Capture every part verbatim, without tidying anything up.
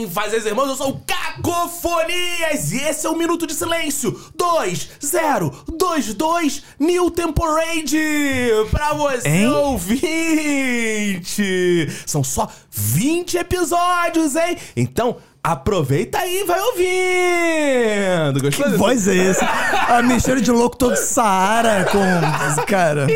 Fazeres Irmãos, eu sou o Cacofonias e esse é o Minuto de Silêncio dois zero dois dois New Temporade pra você, hein? Ouvinte. São só vinte episódios, hein? Então aproveita aí e vai ouvindo. Gostou? Que voz é essa? A mistura de louco todo Saara com... Cara...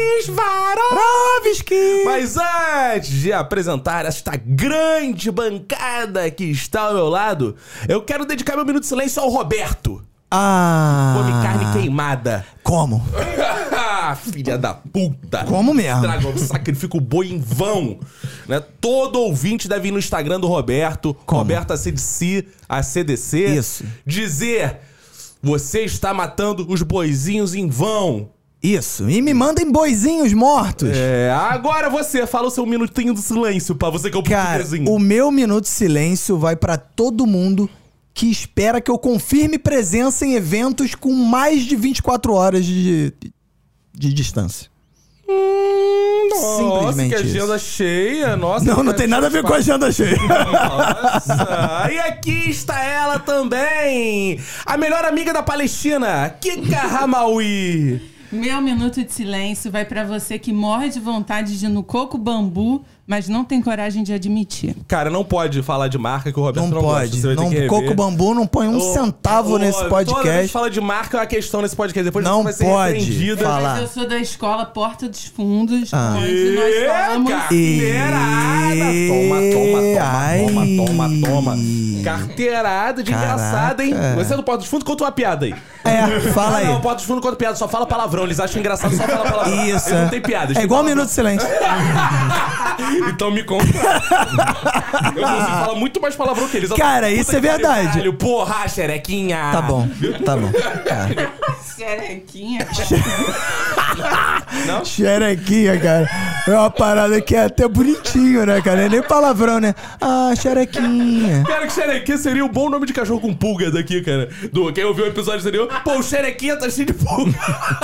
Svarovski. Mas antes de apresentar esta grande bancada que está ao meu lado, eu quero dedicar meu minuto de silêncio ao Roberto. Ah... Come carne queimada. Como? Filha da puta. Como mesmo? Dragão, sacrifica o boi em vão. Né? Todo ouvinte deve ir no Instagram do Roberto. Como? Roberto A C D C. A C D C. Isso. Dizer: você está matando os boizinhos em vão. Isso. E me mandem boizinhos mortos. É, agora você fala o seu minutinho do silêncio pra você que é o Cara, portuguesinho. o meu minuto de silêncio vai pra todo mundo que espera que eu confirme presença em eventos com mais de vinte e quatro horas de, de distância. Hum, nossa, Simplesmente que agenda isso. cheia. Nossa, Não, não tem nada a ver com a agenda cheia. Nossa. E aqui está ela também, a melhor amiga da Palestina, Kika Hamaui. Meu minuto de silêncio vai pra você que morre de vontade de ir no Coco Bambu, mas não tem coragem de admitir. Cara, não pode falar de marca que o Roberto Não, não, pode. gosta. Você vai ter Não, que rever. Coco Bambu não põe um Ô, centavo ô, nesse Toda vez podcast. que fala de marca é uma questão nesse podcast. Depois Não você vai ser pode repreendida. falar. Mas eu sou da escola Porta dos Fundos, Ah. onde nós falamos... Carteirada! Toma, toma, toma, Ai. toma, toma, toma. Carteirada de Caraca. engraçada, hein? Você é do Porta dos Fundos, conta uma piada aí. É, fala aí. Ah, não, o Porta dos Fundos conta piada, só fala palavrão. Eles acham engraçado, só fala palavrão. Isso. Eles não tem piada. É igual um minuto de silêncio. Então me conta. Eu consigo falar muito mais palavrão que eles. Cara, Puta isso que é verdade. Caralho, porra, xerequinha. Tá bom, tá bom. Cara. Xerequinha. Não? Xerequinha, cara. É uma parada que é até bonitinho, né, cara? Não é nem palavrão, né? Ah, xerequinha. Cara, que xerequinha seria um bom nome de cachorro com pulga daqui, cara. Do, quem ouviu o episódio anterior, pô, o xerequinha tá cheio de pulga.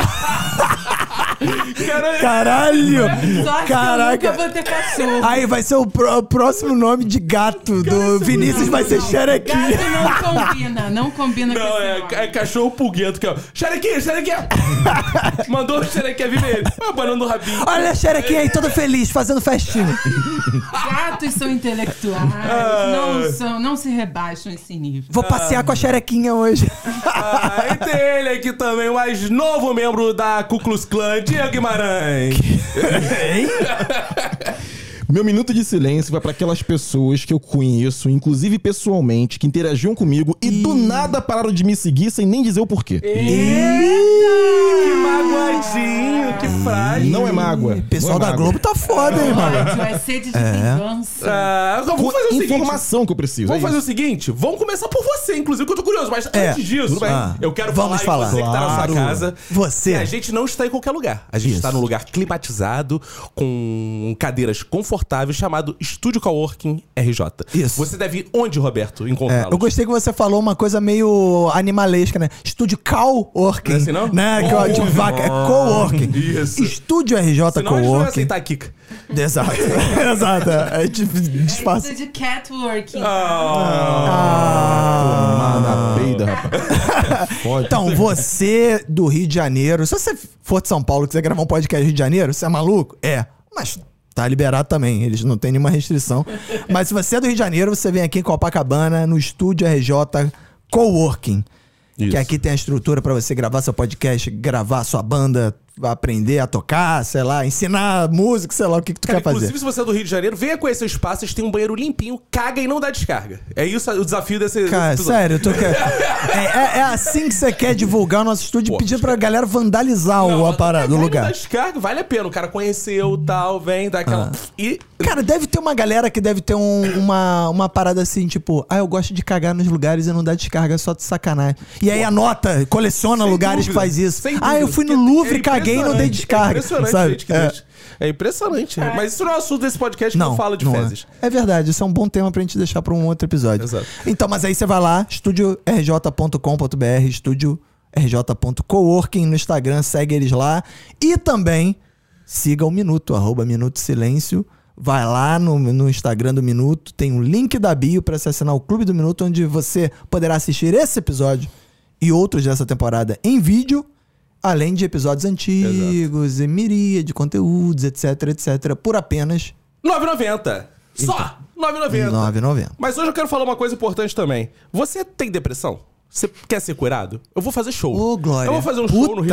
Caralho. Caralho! Sorte Caraca. que eu nunca vou ter cachorro. Aí vai ser o, pró- o próximo nome de gato do Vinícius, vai ser xerequinha. Gato não combina, não combina com Não, esse é, nome. é cachorro pulguento que ó. Xerequinha, xerequinha. Mandou o xerequinha vir ele. Abanando o rabinho. Olha a xerequinha aí, toda feliz, fazendo festinha. Gatos são intelectuais, não, são, não se rebaixam esse nível. Vou passear com a xerequinha hoje. Ah, e tem ele aqui também, o mais novo membro da Ku Klux Klan, Diego Guimarães. Hein? Meu minuto de silêncio vai pra aquelas pessoas que eu conheço, inclusive pessoalmente, que interagiam comigo e do nada pararam de me seguir sem nem dizer o porquê. Que magoadinho, que frágil. Não é mágoa. O pessoal não é da mágoa. Globo tá foda, hein, mano? Ódio, é sede de vingança. Ah, vamos fazer o seguinte. Informação que eu preciso. Vamos é fazer o isso. seguinte, vamos começar por você, inclusive, que eu tô curioso, mas É, antes disso, tudo bem. eu quero Vamos falar, falar. em você que tá na Claro. sua casa. Você. Que a gente não está em qualquer lugar. A gente Isso. está num lugar climatizado, com cadeiras confortáveis, chamado Estúdio Coworking R J. Isso. Você deve ir onde, Roberto, É, encontrá-lo? eu gostei que você falou uma coisa meio animalesca, né? Estúdio Coworking. Não é assim, não? Né? Que é de vaca. É Coworking. Isso. Estúdio R J Senão eles não vão Coworking. aceitar a Kika. Exato. Exato. É tipo, disfarça. É de catworking. Tomar na peida, rapaz. Pode. Então, você do Rio de Janeiro, se você for de São Paulo e quiser gravar um podcast no Rio de Janeiro, você é maluco? É. Mas tá liberado também, eles não têm nenhuma restrição. Mas se você é do Rio de Janeiro, você vem aqui em Copacabana, no Estúdio R J Coworking. Isso. Que aqui tem a estrutura pra você gravar seu podcast, gravar sua banda, aprender a tocar, sei lá, ensinar música, sei lá o que, que tu Cara, quer fazer. inclusive, se você é do Rio de Janeiro, venha conhecer o espaço, eles têm um banheiro limpinho, caga e não dá descarga. É isso o desafio desse... Cara, desse sério, eu tô quer... é, é, é assim que você quer divulgar o nosso estúdio, Pô, pedindo pra galera vandalizar Não, o, a parada, o cagar e lugar. não dá descarga, vale a pena. O cara conheceu, tal, vem, dá aquela... E... Cara, deve ter uma galera que deve ter um- uma, uma parada assim, tipo, ah, eu gosto de cagar nos lugares e não dá descarga, é só de sacanagem. E aí anota, coleciona Sem lugares dúvida, que faz isso. sem Ah, eu dúvida. fui no É Louvre, caguei e não dei impressionante, descarga. É impressionante, sabe? gente, que É. deixa. É impressionante. Mas isso não é o assunto desse podcast que Não, não fala de não fezes. É. É verdade, isso é um bom tema pra gente deixar pra um outro episódio. Exato. Então, mas aí você vai lá, estúdio r j ponto com ponto b r, estúdio r j ponto coworking no Instagram, segue eles lá. E também siga o Minuto, arroba Minuto Silêncio. vai lá no, no Instagram do Minuto, tem um link da bio pra você assinar o Clube do Minuto, onde você poderá assistir esse episódio e outros dessa temporada em vídeo, além de episódios antigos, Exato. e miríade de conteúdos, etc, etc, por apenas nove reais e noventa centavos. Só nove reais e noventa centavos. nove reais e noventa centavos. Mas hoje eu quero falar uma coisa importante também. Você tem depressão? Você quer ser curado? Eu vou fazer show. Ô, Glória. Eu vou fazer um Puta show no Rio.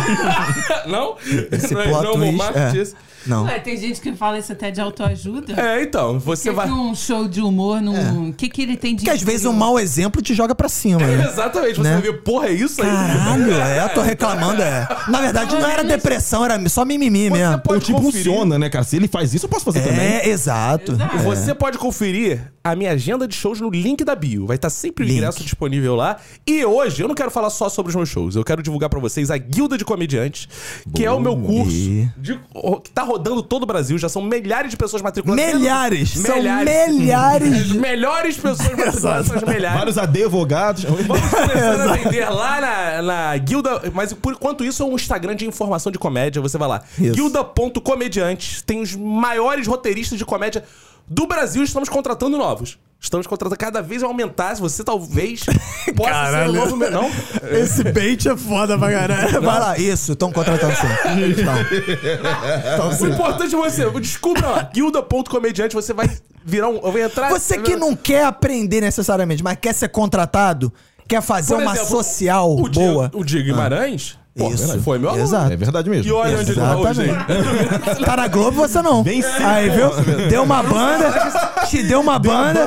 Não? Esse não, plot não, twist, marketing é. esse. Não. Ué, tem gente que fala isso até de autoajuda. É, então, você que vai... que um show de humor, num... o que, que ele tem de... Porque às vezes um mau exemplo te joga pra cima, né? Exatamente, você Né? vai ver, porra, é isso aí? Caralho, é, eu tô reclamando, é. Na verdade, não era depressão, era só mimimi Você mesmo. pode O tipo conferir. funciona, né, cara? Se ele faz isso, eu posso fazer também. É, exato. Exato. Você pode conferir a minha agenda de shows no link da bio. Vai estar sempre o Link. ingresso disponível lá. E hoje, eu não quero falar só sobre os meus shows. Eu quero divulgar pra vocês a Guilda de Comediantes, que é o meu curso E- de- que tá rodando todo o Brasil. Já são milhares de pessoas matriculadas. Milhares! São Milhares. milhares! As melhores pessoas matriculadas são as milhares. Vários advogados. Vamos começar a vender lá na, na Guilda. Mas por enquanto isso é um Instagram de informação de comédia. Você vai lá. Isso. Guilda ponto comediantes. Tem os maiores roteiristas de comédia do Brasil. Estamos contratando novos. Estamos contratando, cada vez vai aumentar. Se você talvez possa Caralho. ser o novo... Não? Esse bait é foda pra caralho. Vai lá, isso, estão contratando sim. Então, então, O sim. importante é você. Descubra lá. Guilda ponto comediante. Você vai virar um... Eu vou entrar... Você que não quer aprender necessariamente, mas quer ser contratado, quer fazer Por uma exemplo, social o Diego, boa. O Diego Guimarães... Pô, Isso. foi meu aluno. Exato. É verdade mesmo. E olha onde ele tá hoje. Exatamente. Tá na Globo, você não. Bem sim. Aí, viu? Deu uma banda, te deu uma banda.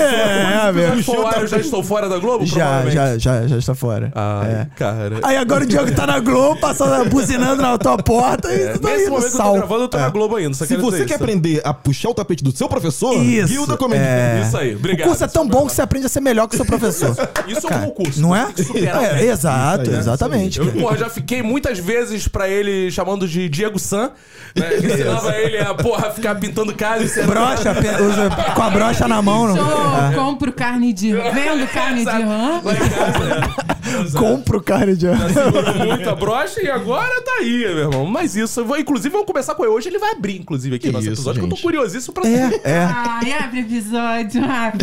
É, meu. Já, fora, já estou fora da Globo? Já, Provavelmente. já, já, já está fora. Ai, É. cara. Aí agora o Diego tá na Globo, passando, buzinando na tua porta e tu tá Nesse indo momento que eu sal. tô gravando, eu tô na Globo ainda. Só Se quero você dizer quer isso. aprender a puxar o tapete do seu professor, Isso, Guilda Comediante. é. Isso aí, obrigado. O curso é tão bom que você aprende a ser melhor que o seu professor. Isso é um concurso. Não você é? tem que superar o É, método. exato, Isso aí, exatamente. Eu, cara. porra, já fiquei muitas vezes pra ele chamando de Diego San, né? Que ensinava ele a, porra, ficar pintando casa e ser... Brocha, pe- usa- com a brocha na mão. Não. Show, compro carne de... Vendo carne de rã. Lá em casa, né? Compro carne de... Segurou muito a brocha e agora tá aí, meu irmão. Mas isso, eu vou, inclusive, vamos começar com ele. Hoje ele vai abrir, inclusive, aqui o nosso Isso, episódio, que eu tô gente. curiosíssimo pra É, é. Ai, abre episódio, abre.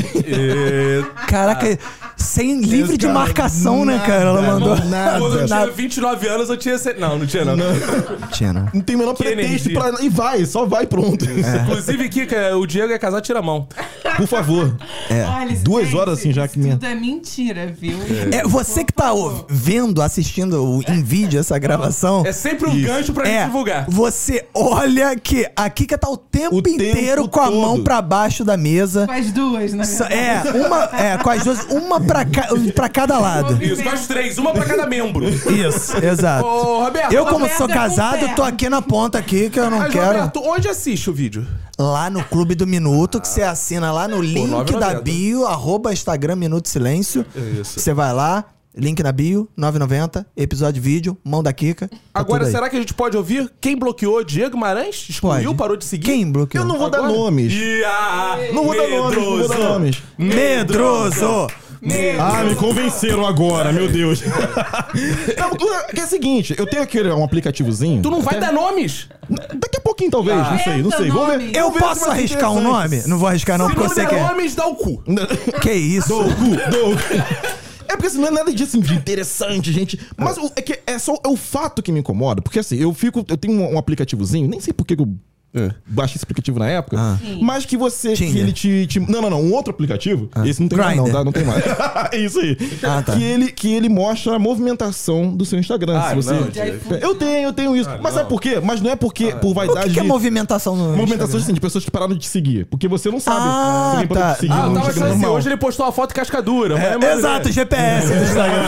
É, Caraca, sem livre de cara, marcação, né, cara? Ela nada, mandou. nada. Quando eu tinha Nada. vinte e nove anos, eu tinha... se- Não, não tinha, não. Tinha, né? Não tem o menor Que pretexto energia. pra... E vai, só vai, pronto. Inclusive, Kika, o Diego é casado, tira a mão. Por favor. Olha, Duas gente, horas assim, já isso que minha- tudo é mentira, viu? É, você que tá ó, vendo, assistindo o- em vídeo essa gravação. É sempre um gancho pra gente É, divulgar. você olha que a Kika tá o tempo O tempo inteiro com a todo. mão pra baixo da mesa. Com as duas, na Só- verdade. É, uma, é, com as duas, uma pra, ca, pra cada lado. Isso, com as três, uma pra cada membro. Isso, exato. Ô, Roberto, Eu, como Roberto sou é com casado, perna. tô aqui na ponta aqui, que eu não Mas, quero. Roberto, onde assiste o vídeo? Lá no Clube do Minuto, que você assina lá no link nove e da noventa. bio, arroba Instagram Minuto Silêncio. Isso. Você vai lá, link na bio, nove e noventa, episódio vídeo, mão da Kika. tá Agora, tudo aí. será que a gente pode ouvir quem bloqueou Diego Guimarães? Excluiu, Pode. parou de seguir? Quem bloqueou? Eu não vou dar Agora? nomes. Ih, ah, Não vou dar nomes, não vou dar nomes. Medroso! Ah, me convenceram agora, meu Deus. Não, que é o seguinte, eu tenho aquele um aplicativozinho. Tu não vai até- dar nomes? Daqui a pouquinho, talvez, não sei, não Inventa sei. Vamos ver. nome. Eu Vamos ver se posso vai ser arriscar um nome? interessante. Não vou arriscar não, Se porque não eu sei der que é. nomes, dá o cu. Que isso? Dou o cu, dou o cu. É porque assim, não é nada disso assim, de interessante, gente. Mas o- é que é só é o fato que me incomoda. Porque assim, eu fico. Eu tenho um, um aplicativozinho, nem sei por que que eu baixei esse aplicativo na época. Ah. Mas que você. Que Tinder. ele te, te- Não, não, não. Um outro aplicativo. Esse não tem mais, não, Grindr. tá? Não tem mais. É isso aí. Ah, tá. Que ele, que ele mostra a movimentação do seu Instagram. Ah, se você... não, Diego. Eu tenho, eu tenho isso. Mas sabe por quê? Mas não é porque por O vaidade que, que é de. movimentação no Movimentação Instagram? assim, de pessoas que pararam de te seguir. Porque você não sabe Ah, se alguém parou tá. de te seguir Ah, eu no tava Instagram achando assim, normal. hoje ele postou uma foto cascadura. mas é É, maneiro. exato, G P S do Instagram.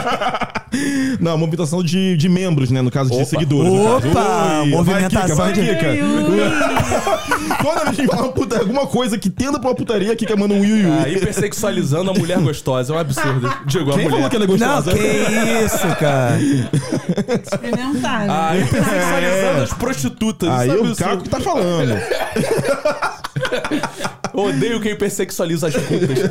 Não, movimentação de, de membros, né? No caso de seguidores. no caso. Opa, Ui, movimentação vai, Kika, vai, de- Kika. Ui, ui. Toda vez que fala uma puta, alguma coisa que tenda pra uma putaria, a Kika manda um ui, ui, ui. Ah, hipersexualizando a mulher gostosa. É um absurdo. Diego, a Quem mulher. falou que ela é Não, gostosa? que isso, cara. Experimentar, né? Ah, hipersexualizando as prostitutas. Aí Isso é o absurdo. Caco que tá falando. Odeio quem hipersexualiza as culpas.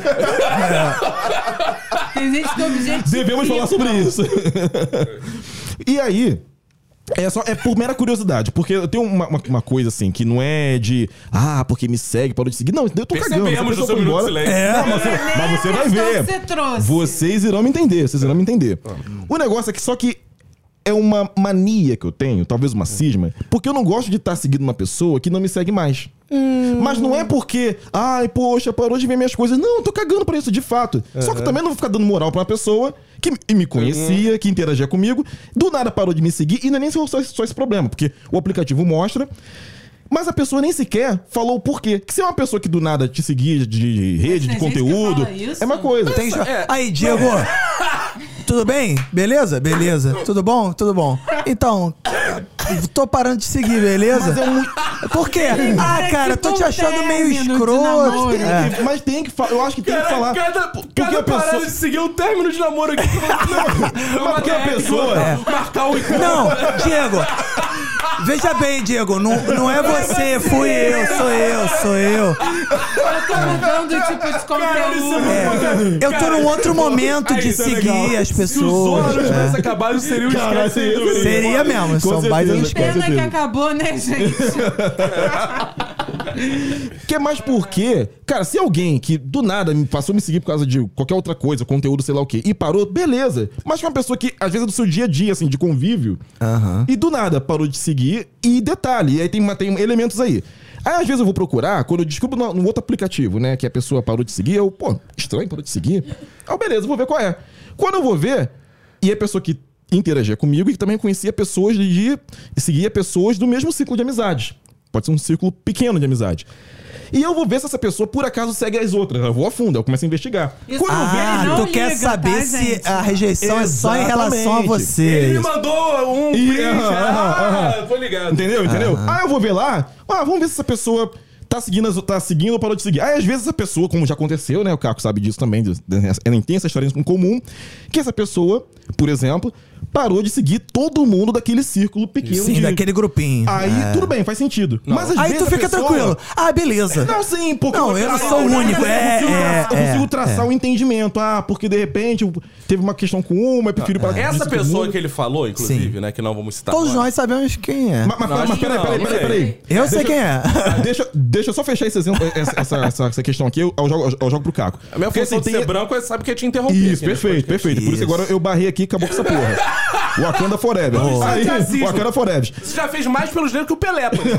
Tem gente que objetifica. Devemos falar sobre isso. E aí, É, só, é por mera curiosidade, porque eu tenho uma, uma, uma coisa assim, que não é de, ah, porque me segue, parou de seguir. Não, eu tô cagando. Percebemos no seu minuto de silêncio. É, não, mas, você, mas você vai ver. Você trouxe. Vocês irão me entender, vocês irão me entender. O negócio é que só que é uma mania que eu tenho, talvez uma cisma, porque eu não gosto de estar seguindo uma pessoa que não me segue mais. Hum. Mas não é porque, ai, poxa, parou de ver minhas coisas. Não, eu tô cagando pra isso, de fato. Uhum. Só que eu também não vou ficar dando moral pra uma pessoa que me conhecia, uhum. que interagia comigo, do nada parou de me seguir, e não é nem só, só esse problema, porque o aplicativo mostra, mas a pessoa nem sequer falou o porquê. Que se é uma pessoa que do nada te seguia de rede, de conteúdo, é uma coisa. Tem jo... é. Aí, Diego, tudo bem? Beleza? Beleza. Tudo bom? Tudo bom. Então, tô parando de seguir, beleza? Mas é muito... Por quê? Ah, cara, tô te achando meio escroto. É. Mas tem que falar. Eu acho que tem cara, que falar. Cada, cada parada pessoa... de seguir um término de namoro aqui. Não, mas porque a pessoa... É. Marcar o encontro. Não, Diego... Veja bem, Diego, não, não é você, fui eu, sou eu, sou eu. Eu tô mudando o tipo de conteúdo. É, eu tô num outro momento de seguir as pessoas. Se os ônibus tivessem acabado, seria um esquece. Seria mesmo, são mais pena que acabou, né, gente? Que é mais porque, cara, se alguém que do nada me passou a me seguir por causa de qualquer outra coisa, conteúdo, sei lá o quê, e parou, beleza. Mas que é uma pessoa que, às vezes, é do seu dia a dia, assim, de convívio, uhum. e do nada parou de seguir, e detalhe, e aí tem, tem elementos aí. Aí, às vezes, eu vou procurar, quando eu descubro no, no outro aplicativo, né, que a pessoa parou de seguir, eu, pô, estranho, parou de seguir. Ah, beleza, vou ver qual é. Quando eu vou ver, e a pessoa que interagia comigo e que também conhecia pessoas de... seguia pessoas do mesmo ciclo de amizades. Pode ser um círculo pequeno de amizade. E eu vou ver se essa pessoa, por acaso, segue as outras. Eu vou a fundo, eu começo a investigar. Isso. Quando ah, eu vejo, tu quer liga, saber tá, se gente? A rejeição Exatamente. É só em relação a você. Ele me mandou um print. Ah, ah, tô ligado. Entendeu? Entendeu? Ah. Aí eu vou ver lá, ah, vamos ver se essa pessoa tá seguindo, tá seguindo ou parou de seguir. Aí, às vezes, essa pessoa, como já aconteceu, né? O Caco sabe disso também, ela tem essa história em comum, que essa pessoa, por exemplo, parou de seguir todo mundo daquele círculo pequeno. Sim, de... daquele grupinho. Aí, é. tudo bem, faz sentido. Não. Mas, às aí vezes, tu fica pessoa... tranquilo. Ah, beleza. Não, sim, porque... Não, eu não sou o único. É, eu consigo, é, eu consigo é, traçar o é. um entendimento. Ah, porque, de repente, teve uma questão com uma, eu prefiro... Não, é. Essa pessoa que ele falou, inclusive, sim. né, que não vamos citar todos agora. Nós sabemos quem é. Mas, mas, não, mas peraí, peraí, peraí, peraí. Eu deixa, sei quem é. Deixa, deixa eu só fechar esse exemplo, essa, essa, essa questão aqui, eu, eu, jogo, eu jogo pro Caco. A minha função de ser branco é sabe que eu te interromper. Isso, perfeito, perfeito. Por isso agora eu barrei aqui e acabou com essa porra. Wakanda Forever. Oh. Aí, Wakanda Forever. Você já fez mais pelos negros que o Pelé, pô.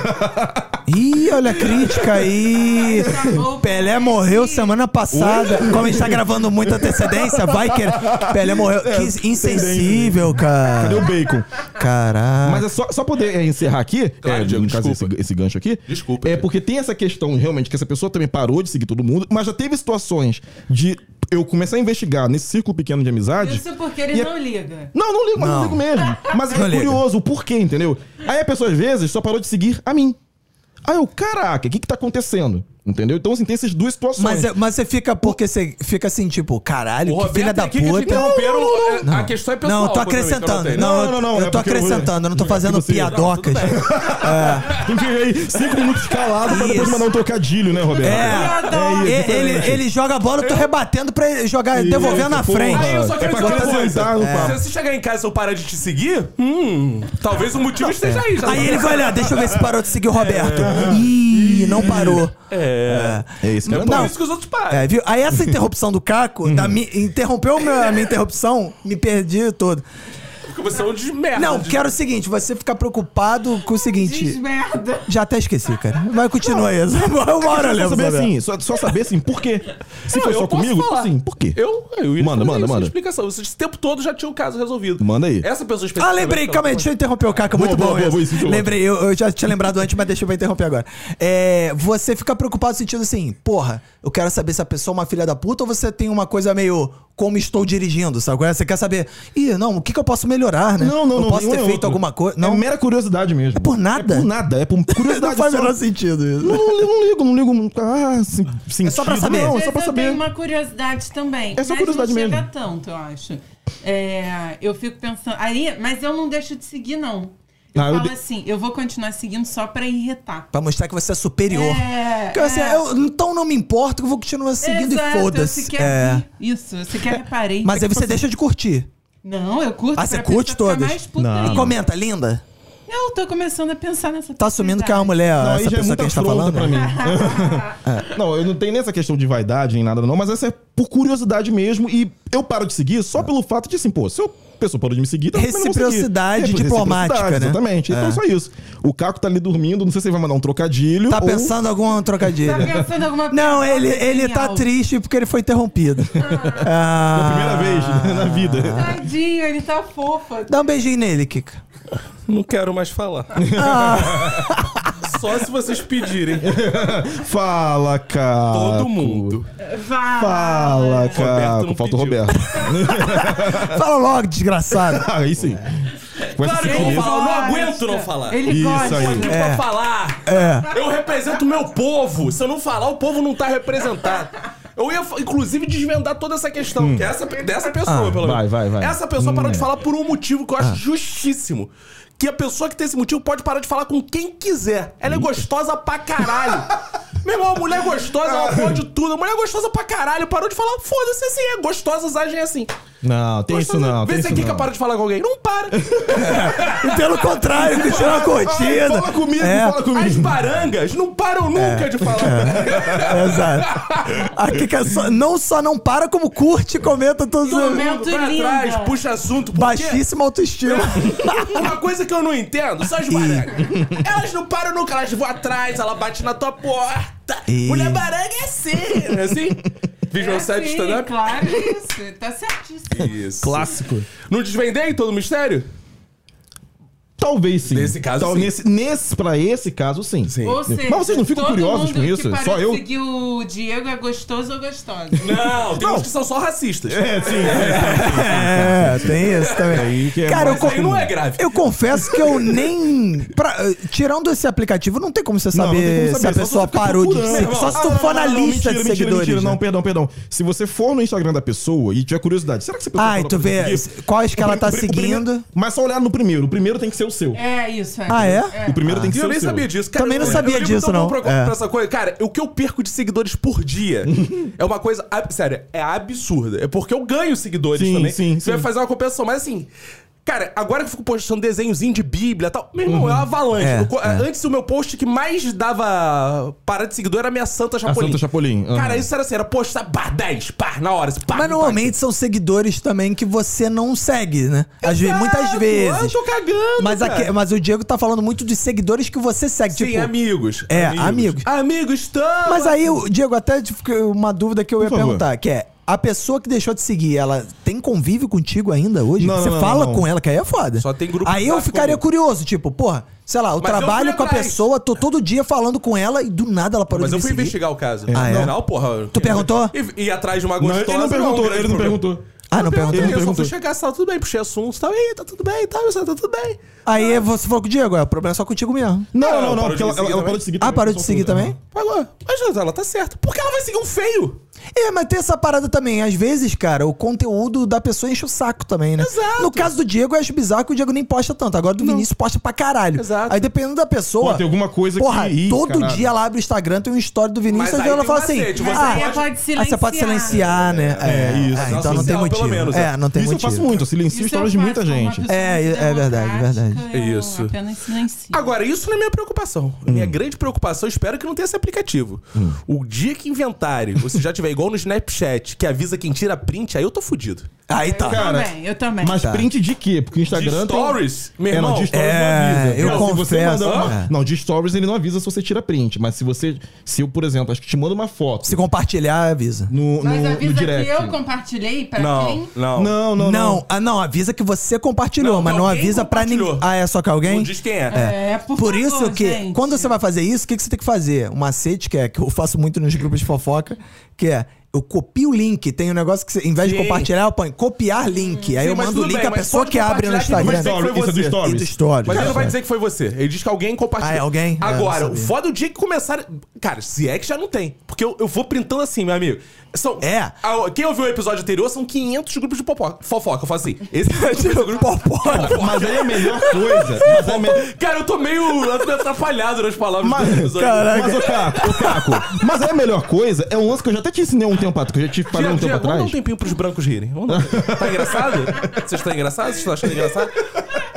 Ih, olha a crítica aí. Pelé morreu semana passada. Como a gente tá gravando muita antecedência, vai que Pelé morreu. Que insensível, cara. Cadê o bacon? Caraca. Mas é só, só poder é, encerrar aqui, claro, é, Diego, no caso esse, esse gancho aqui. Desculpa. É porque tem essa questão realmente que essa pessoa também parou de seguir todo mundo, mas já teve situações de eu começar a investigar nesse círculo pequeno de amizade. Isso porque ele não é... liga. Não, não ligo, mas não, não ligo mesmo. Mas não é liga. Curioso o porquê, entendeu? Aí a pessoa às vezes só parou de seguir a mim. Aí eu, caraca, o que que tá acontecendo? Entendeu? Então, assim, tem essas duas situações. Mas, mas você fica, porque você fica assim, tipo, caralho, o que filha da puta. Que não, não, não. A questão é pessoal. Não, eu tô acrescentando. Não, não, não, não. Eu tô acrescentando, eu não tô fazendo piadocas. Tem que ir aí cinco minutos calado pra depois mandar um trocadilho, né, Roberto? É. Ele, ele joga a bola, eu tô rebatendo pra jogar, devolvendo na frente. Aí eu só quero é dizer uma coisa. É. Se você chegar em casa e eu parar de te seguir, hum, talvez o motivo esteja aí. Aí ele vai olhar, deixa eu ver se parou de seguir o Roberto. Ih, não parou. É. É isso que não, não. Por isso que os outros param. É, viu? Aí essa interrupção do Caco, da mi, interrompeu a minha interrupção, me perdi todo. Porque você é um desmerda. Não, quero o seguinte, você ficar preocupado com o seguinte... Desmerda. Já até esqueci, cara. Vai, continua aí. Uma hora só saber assim, só, só saber assim, por quê? Se não, foi só comigo, falar. Assim, por quê? Eu, eu ia manda, manda, manda. explicação. Você, esse tempo todo já tinha o caso resolvido. Manda aí. Essa pessoa Ah, lembrei, calma aí, deixa eu interromper o Caco, muito boa, bom. Boa, boa, isso, lembrei, eu, eu já tinha lembrado antes, mas deixa eu interromper agora. É, você fica preocupado no sentido assim, porra, eu quero saber se a pessoa é uma filha da puta ou você tem uma coisa meio... como estou dirigindo, sabe? Você quer saber, ih, não, o que, que eu posso melhorar, né? Não, não, eu não. posso ter é feito outro. alguma coisa. Não, é mera curiosidade mesmo. É por nada? É por nada, é por curiosidade. Não faz o só... menor sentido isso. Não, não, não ligo, não ligo. Ah, sim, sentido. É só pra saber. Não, é só pra eu saber. tenho uma curiosidade também. É só curiosidade mas não mesmo. chega tanto, eu acho. É, eu fico pensando... Aí, mas eu não deixo de seguir, não. Eu Ah, eu falo de- assim, eu vou continuar seguindo só pra irritar. Pra mostrar que você é superior. É, Porque, assim, é. eu- então não me importa que eu vou continuar seguindo Exato, e foda-se. eu sequer É. vi Isso, eu sequer reparei. Mas aí você deixa de curtir. Não, eu curto Ah, você pra curte pessoa ficar todas? mais puta Não. ainda. Comenta, linda. Eu tô começando a pensar nessa Tá assumindo que é uma mulher, Não, aí essa já é pessoa que a muita gente tá afronta falando? pra mim. Não, eu não tenho nessa questão de vaidade nem nada não, mas essa é por curiosidade mesmo e eu paro de seguir só pelo fato de assim, pô, se eu a pessoa parou de me seguir, então eu também não vou seguir. Reciprocidade Recipro- diplomática, reciprocidade, né? Exatamente. Então É. é só isso. O Caco tá ali dormindo, não sei se ele vai mandar um trocadilho. Tá ou- pensando em algum trocadilho? Tá pensando em alguma Não, piada ele, ele tá genial. triste porque ele foi interrompido. Ah. Primeira vez na vida. Tadinho, ele tá fofa. Dá um beijinho nele, Kika. Não quero mais falar. Só se vocês pedirem. Fala, Caco. Todo mundo. Vai. Fala, Roberto Caco. não Falta o pediu. Roberto. Fala logo, desgraçado. Ah, aí sim. Com essa Claro que eu vou sutileza. falar, eu não gosta. aguento não falar. Ele Isso gosta. aí. Aqui É. pra falar. É. Eu represento o meu povo. Se eu não falar, o povo não tá representado. Eu ia, inclusive, desvendar toda essa questão. Que é essa, dessa pessoa, Ah, pelo menos. vai, vai, vai. Essa pessoa parou Hum, de é. falar por um motivo que eu acho justíssimo. Que a pessoa que tem esse motivo pode parar de falar com quem quiser. Ela é gostosa pra caralho. Meu irmão, a mulher gostosa, ela pode tudo. A mulher gostosa pra caralho parou de falar. Foda-se assim, é gostosas agem assim. Não, tem isso Gostosa- não. Vê Tem se a isso Kika não. para de falar com alguém. Não para. E pelo contrário, continua a curtida. Fala comigo, É. fala comigo. As barangas não param nunca de falar. Exato. A Kika só- não só não para, como curte e comenta todos os... Momento Vai lindo. atrás, puxa assunto. Porque Baixíssima autoestima. uma coisa que eu não entendo são as barangas. Elas não param nunca, elas vão atrás, ela bate na tua porta. Ih. Mulher baranga é assim, não é assim? Visual É set sim, stand-up? claro, isso. Tá certíssimo. Isso. Clássico. Não desvendei todo o mistério? Talvez sim. Nesse caso, Tal- sim. Nesse, nesse, pra esse caso, sim. Sim. Ou seja, Mas vocês não ficam todo curiosos mundo com que isso? parou Só de eu? seguir o Diego é gostoso ou gostosa? Não, tem Não. uns que são só racistas. É, sim. É, É, tem isso também. Aí que é Cara, eu, mais- Isso aí não é grave. eu confesso que eu nem... pra- tirando esse aplicativo, não tem como você Não, não tem saber, como saber, se a só pessoa você fica parou de procurando. seguir. Só se Ah, tu não, for na não, não, lista mentira, de mentira, seguidores. mentira. né? Não, perdão, perdão. Se você for no Instagram da pessoa e tiver curiosidade, será que essa pessoa Ah, e parou tu pra vê seguir? quais que O ela prim- tá o prim- o primeiro- seguindo. Mas só olhar no primeiro. O primeiro tem que ser o seu. É isso. É. Ah, é? O primeiro tem que E ser eu o nem seu. sabia disso. Também não eu- sabia eu ligo disso, tão não. Pra, É. pra essa coisa. Cara, o que eu perco de seguidores por dia é uma coisa... ab- Sério, é absurda. É porque eu ganho seguidores Sim, também. sim, Você sim. vai fazer uma compensação. Mas assim... Cara, agora que eu fico postando desenhozinho de Bíblia e tal... Meu irmão, é uma avalanche. É, No co- é. Antes, o meu post que mais dava parada de seguidor era a minha Santa Chapolin. Santa Chapolin, aham. Cara, isso era assim. Era postar pá, dez, pá, na hora. Assim, pá, Mas pá, normalmente são seguidores também que você não segue, né? Às vezes, muitas Exato, vezes. Eu tô cagando, Mas, cara. aqui- mas o Diego tá falando muito de seguidores que você segue. Sim, tipo, amigos. É, amigos. Amigos, estão... Mas aí, o Diego, até tipo, que uma dúvida que eu ia Por favor. perguntar, que é, a pessoa que deixou de seguir, ela tem convívio contigo ainda hoje? Não, Você não, não, fala não. com ela, que aí é foda. Só tem grupo Aí de eu zap ficaria comigo. curioso, tipo, porra, sei lá, eu Mas eu trabalho fui com a atrás. pessoa, tô todo dia falando com ela e do nada ela parou Mas de eu me fui seguir. investigar o caso. Ah, é? Não, não, porra. Tu perguntou? E, e atrás de uma Não, gostosa... ele não perguntou, é um grande ele não problema. perguntou. Ah, não perguntou? Eu, Ele eu só perguntou. fui chegar, tá tudo bem, puxei assunto e tal. E tá tudo bem e tal, tá tudo bem. Aí você falou com o Diego, é, o problema é só contigo mesmo. Não, Não, não, não, parou porque de ela, me seguir ela, ela também. parou de seguir Ah, parou de só seguir tudo. também? Pagou. Mas ela tá certa. Por que ela vai seguir um feio? É, mas tem essa parada também. Às vezes, cara, o conteúdo da pessoa enche o saco também, né? Exato. No caso do Diego, eu acho bizarro que o Diego nem posta tanto. Agora do Vinícius posta pra caralho. Exato. Aí dependendo da pessoa. Pô, tem alguma coisa porra, que- Ih, todo caralho. dia ela abre o Instagram, tem uma história do Vinícius Mas e aí ela tem fala um assim. macete, você ah, Aí pode- pode aí silenciar. você pode silenciar, né? É, isso. Ah, Não, então não tem silenciar, motivo. pelo menos, é, é. não tem Isso eu motivo. faço muito, eu silencio Isso histórias eu de muita faço com uma gente. pessoa É, muito é verdade, democrática, verdade. eu Isso. apenas silencio. Agora, isso não é minha preocupação. A minha grande preocupação, eu espero que não tenha esse aplicativo. O dia que inventarem, você já tiver igual no Snapchat, que avisa quem tira print, aí eu tô fudido. Aí tá. Eu Cara, também, eu também. Mas Tá. print de quê? Porque o Instagram De tem... stories? Meu É, não, irmão, de stories É, não avisa. eu Não, se você confesso. manda uma- É. Não, de stories ele não avisa se você tira print. Mas se você... Se eu, por exemplo, acho que te manda uma foto Se compartilhar, avisa. no, Mas no, no avisa direct. que eu compartilhei pra não, quem? não. Não, não, Não, não. ah, não, avisa que você compartilhou, Não, mas não alguém avisa pra ninguém. compartilhou. Ah, é só que alguém? Não diz quem é. É, por, Por favor, isso que, gente. quando você vai fazer isso, o que, que você tem que fazer? Um macete, que é que eu faço muito nos grupos de fofoca, que é, eu copio o link. Tem um negócio que, você, em vez de Sim. compartilhar, eu ponho copiar link. Aí Sim, eu mas mando o tudo link bem, à mas pessoa pode que abre no compartilhar que não vai Instagram. dizer que foi Isso é do você. stories. E do stories. Mas ele não vai É. dizer que foi você. Ele diz que alguém compartilhou. Ah, é alguém? É, Agora, não o sabia. foda é o dia que começar. Cara, se é que já não tem. Porque eu, eu vou printando assim, meu amigo. São, É. a- quem ouviu o episódio anterior são quinhentos grupos de popoca, fofoca. Eu falo assim. Esse é o grupo fofoca. Mas aí a melhor coisa... Mas aí a me- Cara, eu tô meio, eu tô meio atrapalhado nas palavras Mas, do episódio. Caraca. mas, ô Caco, ô Caco, mas aí a melhor coisa é um lance que eu já até te ensinei um tempo atrás, que eu já te falei Diego, um tempo Diego, vamos dar um atrás. tempinho pros brancos rirem. Vamos dar- Tá engraçado? Vocês estão engraçados? Vocês estão achando engraçado?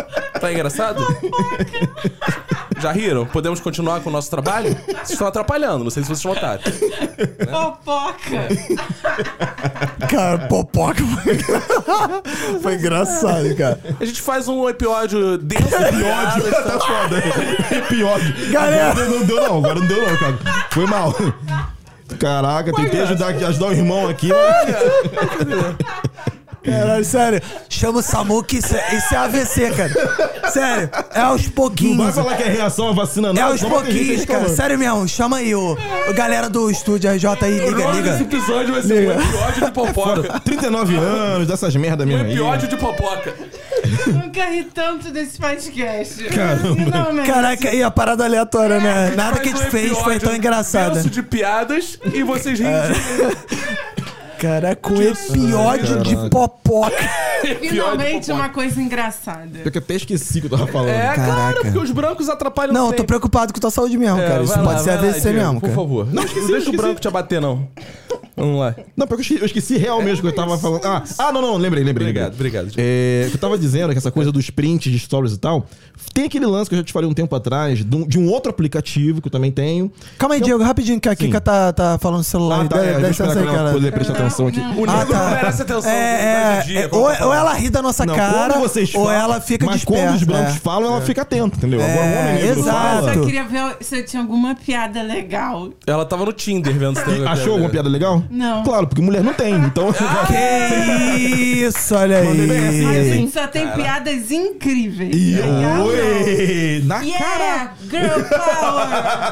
Tá engraçado? Já riram? Podemos continuar com o nosso trabalho? Vocês estão atrapalhando, não sei se vocês notaram. Popoca. Cara, popoca foi, foi engraçado, cara. A gente faz um episódio denso de piadas, Tá foda. Episódio. Galera. Agora não deu não, agora não deu não, cara. Foi mal. Caraca, tentei ajudar, ajudar o irmão aqui, mas... Caralho, sério. Chama o SAMU que isso é, isso é A V C, cara. Sério, é aos pouquinhos. Não vai falar que é reação à vacina, não. É aos Só vai ter gente pouquinhos, cara. reclamando. Sério mesmo. Chama aí o, o galera do estúdio R J aí. O Liga, nome desse liga. episódio vai ser um episódio de popoca. trinta e nove anos, dessas merda mesmo Um aí. episódio de popoca. Nunca ri tanto desse podcast. Caramba. Finalmente. Caraca, e a parada aleatória, né? Nada que a gente Faz um fez foi episódio tão engraçado. denso de piadas e vocês riem de... Caraca, com episódio de popoca. Finalmente uma coisa engraçada. Eu que até esqueci o que eu tava falando. É, Caraca. cara, porque os brancos atrapalham Não, eu sempre. tô preocupado com tua saúde mesmo, É, cara. Isso vai pode lá, ser vai lá, A V C Diego, mesmo, por cara. favor. Não, esqueci, deixa esqueci. o branco te abater, não. Vamos lá. Não, porque eu esqueci, eu esqueci real mesmo que eu tava falando. Ah, ah não, não, lembrei, lembrei. Obrigado, lembrei. obrigado. É, que eu tava dizendo que essa coisa dos prints de stories e tal. Tem aquele lance que eu já te falei um tempo atrás, de um, de um outro aplicativo que eu também tenho. Calma aí, Diego, rapidinho, que a Kika tá, tá falando no celular. Ah, tá, Dá- é, dá deixa eu licença esperar aí, que ela cara. poder prestar atenção aqui. O Ah, nego tá. não merece atenção. É, mais um dia, é, quando ou, tá ou falando. ela ri da nossa Não, cara, quando vocês ou falam, ela fica mas desperta. quando os brancos é. falam, ela fica atenta, entendeu? Agora o homem negro exato. fala. Eu só queria ver se eu tinha alguma piada legal. Ela tava no Tinder vendo se tem Achou alguma piada legal? Não. Claro, porque mulher não tem, então... Que isso, olha A aí. gente só tem piadas incríveis. Ih, Legal? oi! Na cara! Yeah! Girl power!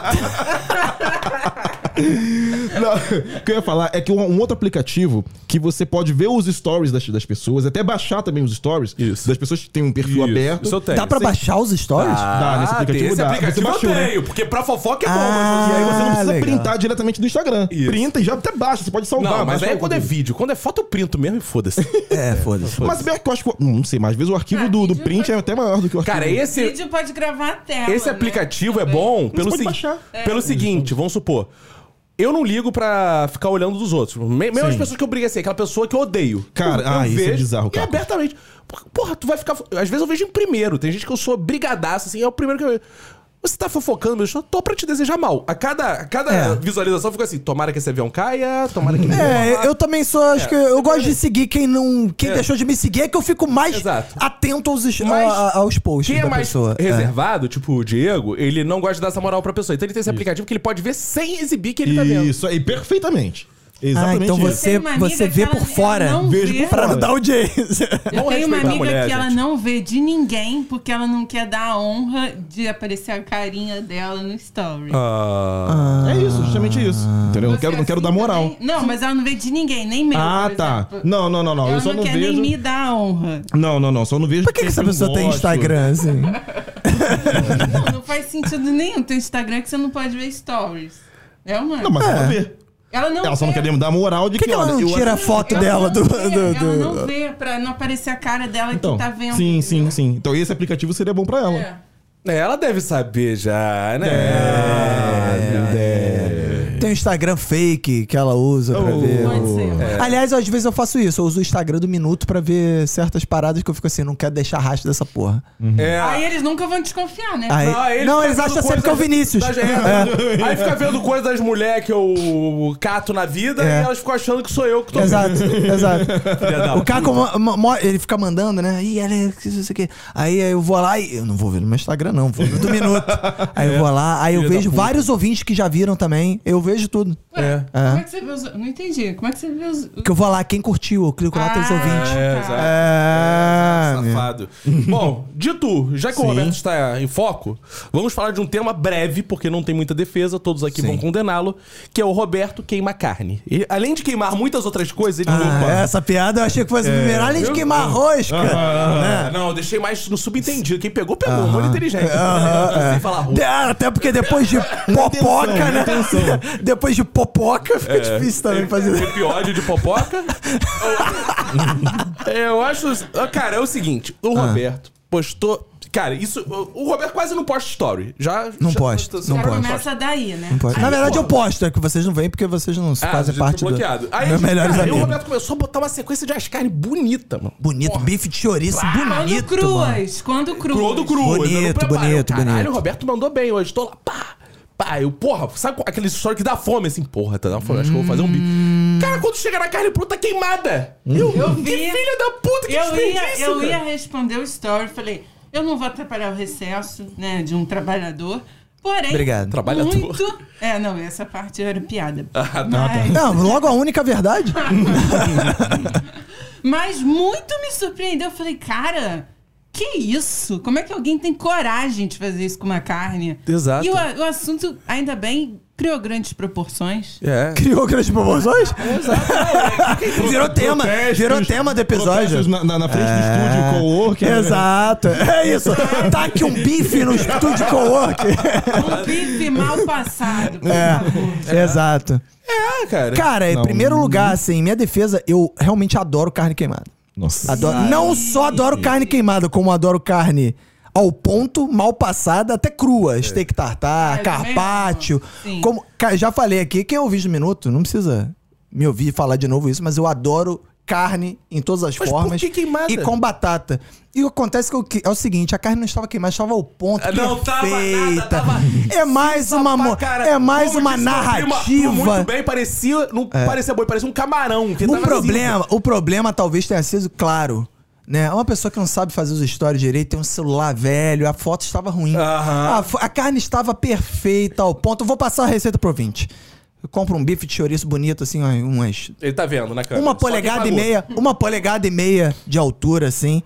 Não, o que eu ia falar é que um, um outro aplicativo que você pode ver os stories das, das pessoas, até baixar também os stories Isso. das pessoas que têm um perfil Isso, aberto. isso eu tenho. Dá pra Sim. baixar os stories? Dá, nesse Ah, aplicativo tem esse dá. aplicativo Você baixou, eu né? tenho, porque pra fofoca é bom, Ah, mas... E aí você não precisa legal. printar diretamente do Instagram. Isso. Printa e já até baixa, você pode salvar. Não, mas baixa aí é o quando é conteúdo. vídeo. Quando é foto, eu printo mesmo e foda-se. É, foda-se. Mas bem que eu acho que... Não sei, mas às vezes o arquivo Ah, do, do vídeo print pode- é até maior do que o arquivo. Cara, O esse... vídeo pode gravar a tela. Esse né? aplicativo é Também. bom pelo, pode segui- baixar. pelo seguinte, vamos supor. Eu não ligo pra ficar olhando dos outros. Me- Mesmo as Sim. pessoas que eu brigo assim, aquela pessoa que eu odeio. Cara, eu, ah, eu isso é vejo bizarro, e cara. abertamente. Porra, tu vai ficar... Às vezes eu vejo em primeiro. Tem gente que eu sou brigadaço, assim, é o primeiro que eu... Você tá fofocando, eu só tô pra te desejar mal. A cada, a cada É. visualização fica assim, tomara que esse avião caia, tomara que... É, eu também sou, acho que eu gosto de seguir quem não. Quem É. deixou de me seguir é que eu fico mais Exato. atento aos, Mas a- a- aos posts Quem é da mais pessoa. É. reservado, tipo o Diego, ele não gosta de dar essa moral pra pessoa. Então ele tem esse aplicativo que ele pode ver sem exibir que ele tá vendo. Isso aí, perfeitamente. Ah, Exatamente então isso. você, Tem uma amiga você que vê ela- por fora. ela não Vejo vê. por Pra fora. não dar audiência. Eu Vamos tenho uma respeitar a amiga mulher, que ela gente. não vê de ninguém porque ela não quer dar a honra de aparecer a carinha dela no story. Ah. É isso, justamente isso. Entendeu? Não Você quero, não quero assim dar moral. também? Não, mas ela não vê de ninguém, nem meu. Ah, por tá. exemplo. Não, não, não, não. Ela Eu só não não quer nem vejo. me dar a honra. Não, não, não. Só não vejo. Por que, que essa perfil pessoa tem gosto. Instagram, assim? Não, não faz sentido nenhum. Tem Instagram que você não pode ver stories. É uma. Não, mas ela vê. Ela não Ela só não vê. quer dar moral de Por que, que, que ela olha, não eu tira a acho- foto Ela dela não do. vê, do, Ela do- não vê, pra não aparecer a cara dela Então, que tá vendo. sim, sim, sim. Então esse aplicativo seria bom pra ela. É. É, ela deve saber já, né? Tem um Instagram fake que ela usa pra Oh. ver. Pode o- ser. É. Aliás, às vezes eu faço isso. Eu uso o Instagram do Minuto pra ver certas paradas que eu fico assim, não quero deixar rastro dessa porra. É. Aí eles nunca vão desconfiar, né? Aí- Não, não, ficam eles vendo acham sempre coisa que é o das- Vinícius. das- é. Aí fica vendo coisa das mulheres que eu cato na vida É. e elas ficam achando que sou eu que tô Exato, exato. da O Caco, mo- mo- ele fica mandando, né? Ih, ela é- não sei o quê. Aí eu vou lá e. Eu não vou ver no meu Instagram, não. Vou ver do Minuto. Aí eu vou lá, aí eu Filha da vejo puta. vários ouvintes que já viram também. Eu vejo tudo. Ué, É. como é que você vê os... Não entendi. Como é que você vê os... Porque eu vou lá, quem curtiu, eu clico lá, tem os Ah, ouvintes. É, tá. exato. É. meu. Safado. Bom, dito, já que o Sim. Roberto está em foco, vamos falar de um tema breve, porque não tem muita defesa, todos aqui Sim. vão condená-lo, que é o Roberto queima carne. Ele, além de queimar muitas outras coisas, ele Ah, essa piada eu achei que fosse É. primeiro. Além de queimar arroz, cara. Ah, não, eu deixei mais no subentendido. Quem pegou, pegou. Muito inteligente. Aham, Sem é. falar arroz. De- Até porque depois de popoca, intenção, né? na intenção. Depois de popoca fica difícil também fazer. Episódio de popoca. Eu, eu acho. Cara, é o seguinte: o Roberto postou Cara, isso... O Roberto quase não posta story. Já... Não já, posto, já, não Já posto. começa daí, né? Não pode. Aí, Na verdade, porra. eu posto, é que vocês não veem porque vocês não Ah, fazem já tô parte do bloqueado. Aí, meus melhores cara, aí o amigos. Roberto começou a botar uma sequência de umas carnes bonita, mano. Bonito, Porra. bife de chouriço, Quando bonito, mano. cruas, quando cruas. Crudo, cru. Bonito, bonito, Caralho, bonito. o Roberto mandou bem hoje. Tô lá, pá, pá. Eu, porra, sabe aquele story que dá fome, assim? Porra, tá dando fome, acho que eu vou fazer um bife. Cara, quando chega na carne pronta queimada. Eu, Eu que vi. filha da puta, que Eu ia, desperdício, eu ia cara. responder o story, falei, eu não vou atrapalhar o recesso, né, de um trabalhador. Porém, Obrigado. Trabalhador. muito... É, não, essa parte era piada. Ah, tá. Mas, Não, logo a única verdade. mas muito me surpreendeu. Eu falei, cara, que isso? Como é que alguém tem coragem de fazer isso com uma carne? Exato. E o, o assunto, ainda bem, criou grandes proporções. É. Criou grandes proporções? Virou tema. Protestos, Virou tema do episódio. protestos Na, na, na frente do estúdio co-work. né? Exato. É isso. Tá aqui um bife no estúdio co-work. Um bife mal passado, por favor. É, exato. É, cara. Cara, em Não. primeiro lugar, assim, em minha defesa, eu realmente adoro carne queimada. Nossa. Adoro- não só adoro carne queimada, como adoro carne ao ponto, mal passada, até crua. Steak tartar, É, eu também carpaccio. amo. Sim. Como, ca- já falei aqui, quem ouviu no minuto, não precisa me ouvir falar de novo isso, mas eu adoro carne em todas as Mas por formas. que queimada? E com batata. E acontece que o que- é o seguinte, a carne não estava queimada, estava ao ponto, Não tava perfeita. nada, tava É mais cinza uma, pra mo- cara. é mais Como uma disse meu primo, narrativa. Muito bem, parecia, não parecia boi, parecia um camarão. Que O tava problema, o problema talvez tenha sido, claro, né? Uma pessoa que não sabe fazer os stories direito, tem um celular velho, a foto estava ruim. Aham. A, fo- a carne estava perfeita ao ponto. Eu vou passar a receita pro ouvinte. Eu compro um bife de chouriço bonito, assim, umas... Ele tá vendo na câmera. Uma Só quem polegada e pagou. meia, uma polegada e meia de altura, assim.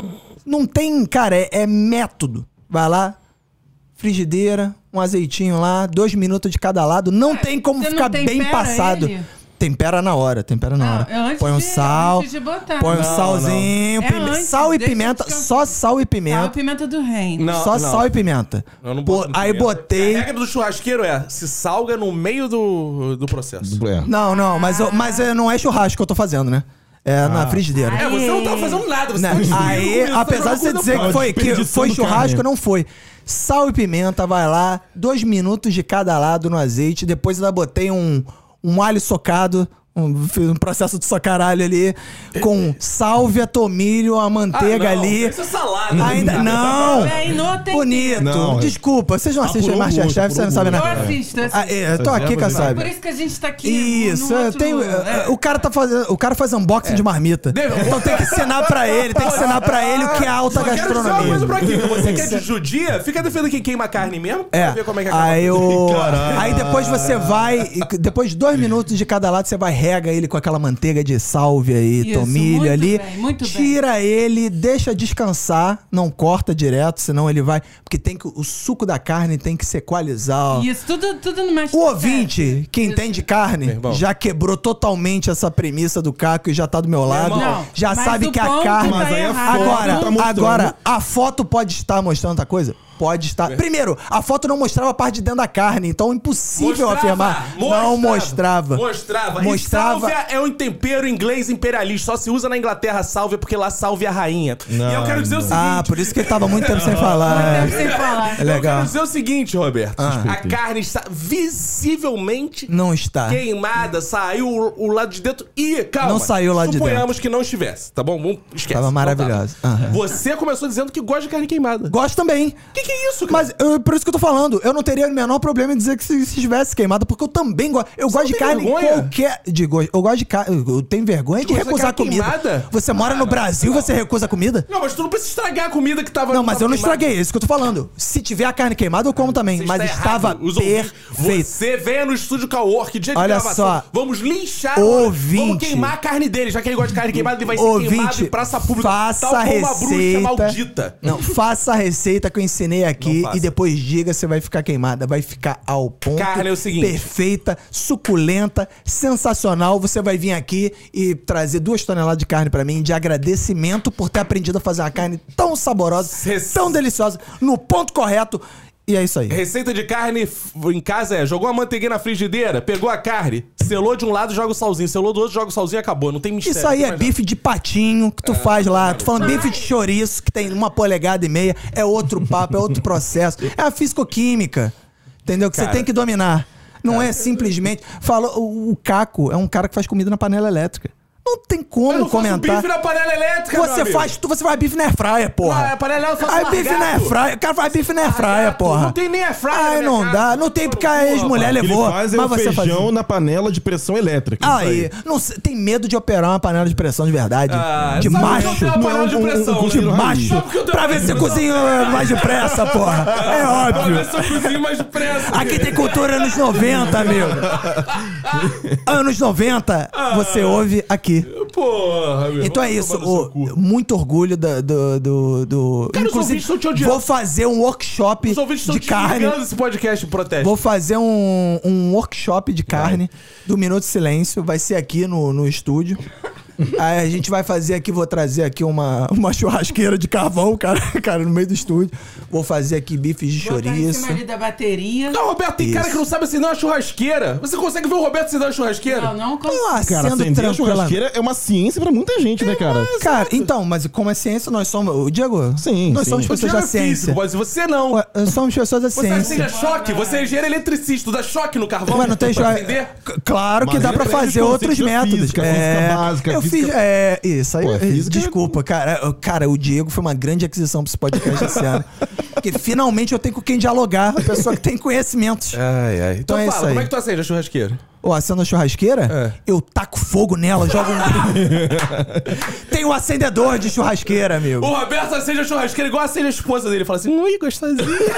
Não tem, cara, é, é método. Vai lá, frigideira, um azeitinho lá, dois minutos de cada lado. Não tem como você não ficar bem tempera passado. ele? Tempera na hora, tempera na Não, hora. é antes Põe um de- sal, antes de botar. põe um Não, salzinho, não. pime- É antes, sal e deixa pimenta, descansar. só sal e Sal e pimenta. pimenta do reino. Não, Só não. sal e pimenta. Eu não Pô, boto no aí primeiro. botei. A regra do churrasqueiro é, se salga no meio do, do processo. É. Não, não, mas, eu- mas é, não é churrasco que eu tô fazendo, né? É na frigideira. É, você não tá fazendo nada, você Né? tá destruindo Aí, comida, apesar de você você tá dizer jogando que foi, que desperdiçando foi churrasco, carne. não foi. Sal e pimenta, vai lá, dois minutos de cada lado no azeite. Depois ainda botei um, um alho socado, um, fiz um processo de socaralho ali, com sálvia, tomilho, a manteiga Ah, não, ali. isso é salada. Ainda não! É, e no tempero. Bonito. Não, é- Desculpa, vocês não assistem Apurou Masterchef, muito, você não sabe apurou Eu nada. assisto, eu Ah, assisto. é, eu tô aqui com a Por Sábia. isso que a gente tá aqui. Isso, no é, outro- tem, é. o cara tá fazendo, o cara faz unboxing de marmita. Então tem que ensinar pra ele, tem que ensinar pra ele o que é alta Só quero dizer uma gastronomia. coisa pra aqui. Você que é de judia, fica defendendo quem queima carne mesmo, pra É, ver como é que acaba. aí, o... Caralho. aí depois você vai, depois de dois minutos de cada lado, você vai rega ele com aquela manteiga de sálvia e Isso, tomilho muito ali, bem, muito bem. tira ele, deixa descansar, não corta direto, senão ele vai, porque tem que o suco da carne tem que se equalizar. ó. Isso, tudo, tudo no mais. O ouvinte que entende carne irmão. já quebrou totalmente essa premissa do Caco e já tá do meu lado. irmão. já Mas sabe o que a ponto carne. tá Mas aí a errado. foto Agora, tá mostrando- agora, a foto pode estar mostrando outra coisa? Pode estar. Primeiro, a foto não mostrava a parte de dentro da carne, então é impossível Mostrava, afirmar. Não mostrava. Mostrava. Mostrava. E sálvia é um tempero inglês imperialista. Só se usa na Inglaterra sálvia, porque lá sálvia é a rainha. Não, e eu quero dizer o não. seguinte. Ah, por isso que ele tava muito tempo sem falar. Tempo sem falar. É Eu quero legal. dizer o seguinte, Roberto. Ah. A carne está visivelmente Não está. queimada, saiu o, o lado de dentro e, calma. Não saiu o lado de Suponhamos que não estivesse, tá bom? Vamos, esquece. Tava não maravilhoso. Aham. Você começou dizendo que gosta de carne queimada. Gosto também. O que, que é isso, cara? Mas eu- por isso que eu tô falando, eu não teria o menor problema em dizer que se se estivesse queimado, porque eu também gosto. Eu gosto de tem carne vergonha? qualquer. De go... Eu gosto de carne. Eu tenho vergonha de gosta de recusar carne comida. queimada? Você mora no Brasil, você recusa comida? Não, mas tu não precisa estragar a comida que tava... Não, mas eu não queimada. estraguei, é isso que eu tô falando. Se tiver a carne queimada, eu como também. Você mas está estava errado. Os ouvintes- perfeito. Você venha no estúdio Cowork, dia de Olha gravação. só. Vamos linchar. Ouvinte. Vamos queimar a carne dele. Já que ele gosta de carne queimada, ele vai ser Ouvinte, queimado em praça pública. faça tal a como uma bruxa receita. maldita. Não, faça a receita que eu ensinei aqui Não faça. e depois diga se vai ficar queimada. Vai ficar ao ponto. Carne é o seguinte. Perfeita, suculenta, sensacional. Você vai vir aqui e trazer duas toneladas de carne pra mim de agradecimento por ter aprendido a fazer uma carne tão saborosa, Cês- tão deliciosa, no ponto correto. E é isso aí. Receita de carne em casa é: jogou a manteiguinha na frigideira, pegou a carne, selou de um lado, joga o salzinho, selou do outro, joga o salzinho e acabou. Não tem mistério. Isso aí é bife de patinho que tu é. faz lá. Tu falando bife de chouriço, que tem uma polegada e meia. É outro papo, é outro processo. É a fisicoquímica. Entendeu? Que cara, você tem que dominar. Não cara, é simplesmente... Fala, o, o Caco é um cara que faz comida na panela elétrica. Não tem como eu não comentar. Bife na panela elétrica, Você faz tu, você faz bife na airfryer, porra. Ah, a panela eu faço Aí bife na airfryer. O cara faz bife na airfryer, porra. Não tem nem airfryer. Aí não casa. dá. Não tem porque a ex-mulher levou. Ele faz é mas o você feijão faz... na panela de pressão elétrica. Aí, não tem medo de operar uma panela de pressão de verdade. Ah, de macho. Uma panela de pressão, um, um, um, de né? macho. Pra ver se cozinha mais depressa, porra. É óbvio. Pra ver se eu cozinho mais depressa. Aqui tem cultura anos noventa, amigo. Anos noventa, você ouve aqui. Porra, meu. Então é isso, o, muito orgulho do... do, do, do... Cara, inclusive, os ouvintes estão te odiando. Vou fazer um workshop os ouvintes de estão te carne. esse podcast protesto. Vou fazer um, um workshop de carne vai. do Minuto de Silêncio. Vai ser aqui no, no estúdio. Aí a gente vai fazer aqui, vou trazer aqui uma, uma churrasqueira de carvão, cara, cara, no meio do estúdio. Vou fazer aqui bifes de chouriço. Botar em cima ali da bateria. Não, Roberto, tem Isso. cara que não sabe acender uma churrasqueira. Você consegue ver o Roberto acender uma churrasqueira? Não, não consigo. Ah, cara, acender a churrasqueira é uma ciência pra muita gente, é, né, cara? Mas, cara, então, mas como é ciência, nós somos... O Diego, sim, nós sim. somos pessoas da é ciência. Físico, mas você não. Ué, somos pessoas da você ciência. Você acende choque, você é engenheiro eletricista, tu dá choque no carvão. Mas não tem choque. Claro que mas dá pra fazer outros métodos. Física, é, física básica, eu física... fiz... É, isso aí, Pô, desculpa, é... cara. Cara, o Diego foi uma grande aquisição pra esse podcast esse ano. Porque finalmente eu tenho com quem dialogar, a pessoa que tem conhecimentos. Ai, ai. Então, então é fala, isso aí. Como é que tu acende a churrasqueira? Ou acendo a churrasqueira, é. eu taco fogo nela, jogo um... Tem um acendedor de churrasqueira, amigo. O Roberto acende a churrasqueira igual acende a esposa dele. Fala assim, ui, gostosinho.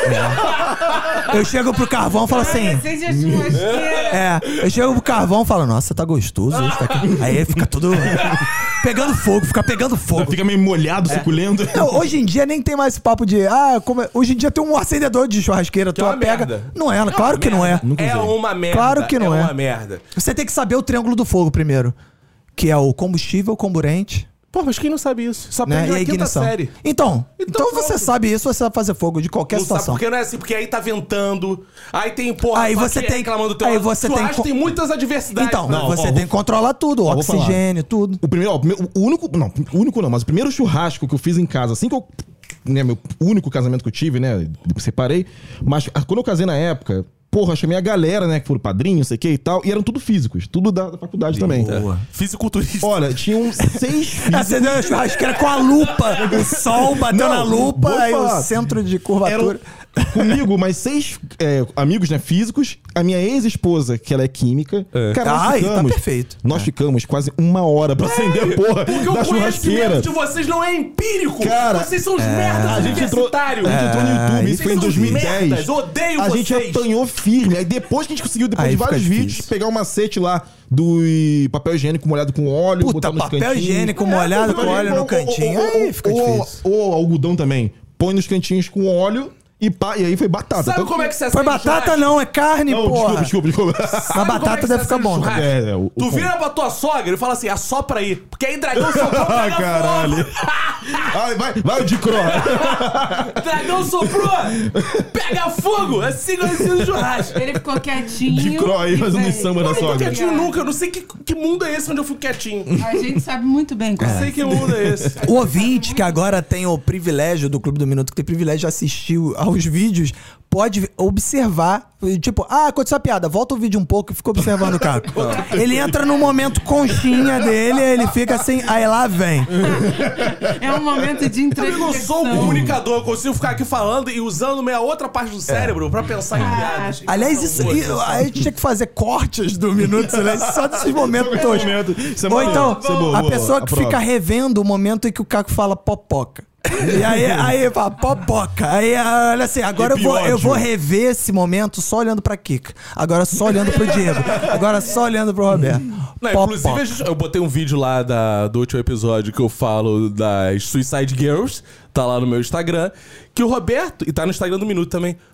É. Eu chego pro carvão e falo assim... Acende a churrasqueira. É, eu chego pro carvão e falo, nossa, tá gostoso. Tá aqui. Aí fica tudo... Pegando fogo, fica pegando fogo. Fica meio molhado, é. suculento. Não, hoje em dia nem tem mais esse papo de... Ah, como é... Hoje em dia tem um acendedor de churrasqueira. Que tu é uma pega... merda. Não é, claro é que não é. É uma merda. Claro que não é. É uma merda. Você tem que saber o triângulo do fogo primeiro. Que é o combustível, comburente... Pô, mas quem não sabe isso? Só né? aprende E a na quinta ignição. série. Então, então, então pronto. você sabe isso, você vai fazer fogo de qualquer não situação. Sabe porque não é assim, porque aí tá ventando, aí tem, porra, aí você tem reclamando do teu aí lado. você tem, tem muitas adversidades. Então, não, você ó, tem que controlar tudo, o oxigênio, tudo. O primeiro, ó, o único, não, o único não, mas o primeiro churrasco que eu fiz em casa, assim que eu, né, meu único casamento que eu tive, né, separei, mas quando eu casei na época, porra, chamei a galera, né, que foram padrinhos, não sei o que e tal, e eram tudo físicos, tudo da, da faculdade Boa. também. Boa. Fisiculturista. Olha, tinham seis físicos. Acendeu a churrasqueira com a lupa, o sol bateu Não, na lupa, aí falar. o centro de curvatura. Eram comigo, mais seis é, amigos, né, físicos, a minha ex-esposa, que ela é química. É. Cara, nós Ai, ficamos, tá perfeito. Nós é. ficamos quase uma hora pra acender a porra porque da o churrasqueira. conhecimento de vocês não é empírico. Cara, vocês são os é. merdas a gente entrou, a gente É. entrou no YouTube, isso foi em dois mil e dez. Merdas, odeio a vocês. gente apanhou firme. Aí depois que a gente conseguiu, depois Aí de vários fica vídeos, difícil. pegar o macete lá do papel higiênico molhado com óleo, Puta, botar nos papel cantinhos. higiênico molhado É, com óleo no ou- cantinho. ou- Aí fica ou- difícil. Ou algodão também. Põe nos cantinhos com óleo e pá, e aí foi batata. Sabe Então- como é que você Foi acende batata churrasco? não, é carne, Não, porra. desculpa, desculpa, desculpa. Mas Sabe batata como é que deve você ficar acende bom. churrasco? É, é, o- Tu o- vira pra tua sogra e fala assim, assopra aí. Porque aí dragão soprou, Ah, pega caralho. fogo. Vai, vai, vai o de cro. Dragão soprou, pega fogo. Assim que eu ensino churrasco. Ele ficou quietinho. De cro aí, e fazendo fez. samba Eu da não tô sogra. quietinho nunca. Eu não sei que, que mundo é esse onde eu fico quietinho. A gente sabe muito bem qual Não sei que mundo é esse. O ouvinte que agora tem o privilégio do Clube do Minuto, que tem privilégio de assistir aos vídeos, pode observar, tipo, ah, aconteceu a piada, volta o vídeo um pouco e fica observando o cara. Ele entra no momento conchinha dele, ele fica assim, aí lá vem. É um momento de Eu introspecção. não sou um comunicador, eu consigo ficar aqui falando e usando minha outra parte do cérebro pra pensar em piadas. Aliás, isso, e- a gente tinha que fazer cortes do Minuto de Silêncio só desses momentos todos. Isso é Ou boa, então, isso é boa, a boa, pessoa que aprovo. fica revendo o momento em que o Caco fala popoca. E aí, aí fala, popoca. Aí, olha assim, agora eu vou, eu vou rever esse momento só olhando pra Kika. Agora só olhando pro Diego. Agora só olhando pro Roberto. Não, inclusive, a gente- eu botei um vídeo lá da, do último episódio que eu falo das Suicide Girls, tá lá no meu Instagram, que o Roberto, e tá no Instagram do Minuto também,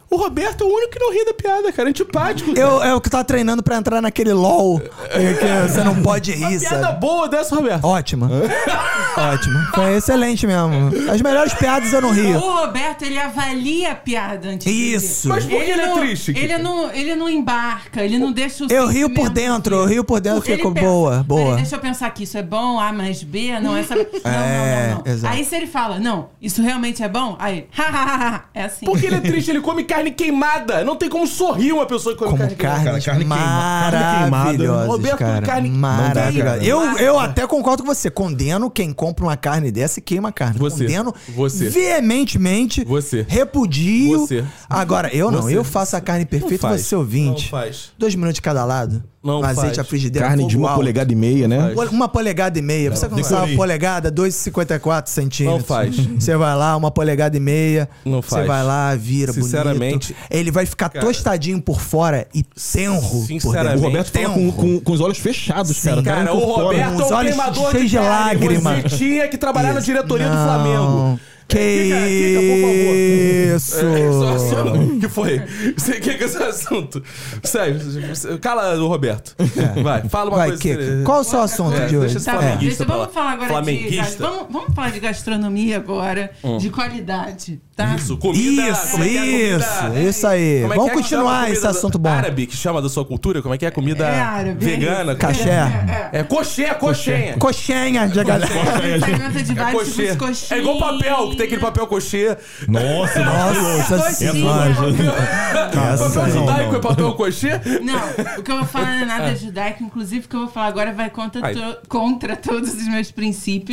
O Roberto é o único que não ri da piada, cara. Antipático. Cara. Eu, eu que tava treinando pra entrar naquele LOL, que você não pode rir, Uma piada sabe? boa dessa, Roberto. Ótima. Ótima. Foi excelente mesmo. As melhores piadas eu não rio. O Roberto, ele avalia a piada antes de rir. Isso. Mas por que ele é não, triste? Ele não, ele não embarca, ele não deixa o Eu rio por sentimento dentro, vir. eu rio por dentro, Ele fico pensa, boa, boa. "Peraí, deixa eu pensar aqui, isso é bom, A mais B, não, essa... Não, É, não, não, não. exato. Aí se ele fala, não, isso realmente é bom, aí, hahaha, é assim. Porque ele é triste, ele come carne queimada. Não tem como sorrir uma pessoa que come Como carne queimada. carnes Cara, carne queimada. Carne maravilhosas, Roberto, cara. carne- Maravilhosas. Não Eu, eu até concordo com você. Condeno quem compra uma carne dessa e queima a carne. Você. Condeno Você. veementemente. Você. Repudio. Você. Agora, eu não. Você. Eu faço a carne perfeita e faz. você ouvinte. Não faz. Dois minutos de cada lado. Não um azeite, faz. a frigideira, Carne de fogo uma alto. polegada e meia, né? faz. Uma polegada e meia. Você não decorei. sabe, polegada, dois e cinquenta e quatro centímetros. Não faz. Você vai lá, uma polegada e meia. Não Você faz. vai lá, vira Sinceramente, bonito. Ele vai ficar cara, tostadinho por fora e tenro por sinceramente, dentro. O Roberto fala com, com, com os olhos fechados, Sim, cara. Cara, o incorpora. Roberto é Os um olhos queimador cheios de carne. lágrima. Você tinha que trabalhar na Isso. diretoria do Não. Flamengo. Que Kika, Kika, por favor. isso? É, esse é o assunto. O que foi? Você quer que esse é o assunto? Sério, cala o Roberto. Vai, fala uma Vai, coisa. Kika. Qual o seu assunto É, de hoje? deixa esse Tá, flamenguista deixa, pra vamos lá. falar agora de... Flamenguista? Vamos, vamos falar de gastronomia agora, de qualidade, tá? Isso, comida. Isso, como é que é a isso, comida? isso aí. Como é que Vamos é que chama a continuar comida esse assunto bom. Árabe, que chama da sua cultura? Como é que é a comida É árabe, vegana? é isso. Caché. É coxê, coxinha. Coxinha de galera. Se alimenta de É vários coxê. tipos de coxinha. É igual papel, que tem aquele papel coxê. Nossa, Nossa Coxinha. senhora. Essa Papel aí. judaico é papel coxê? Não, o que eu vou falar não é nada judaico, inclusive o que eu vou falar agora vai contra, Ai. to- contra todos os meus princípios.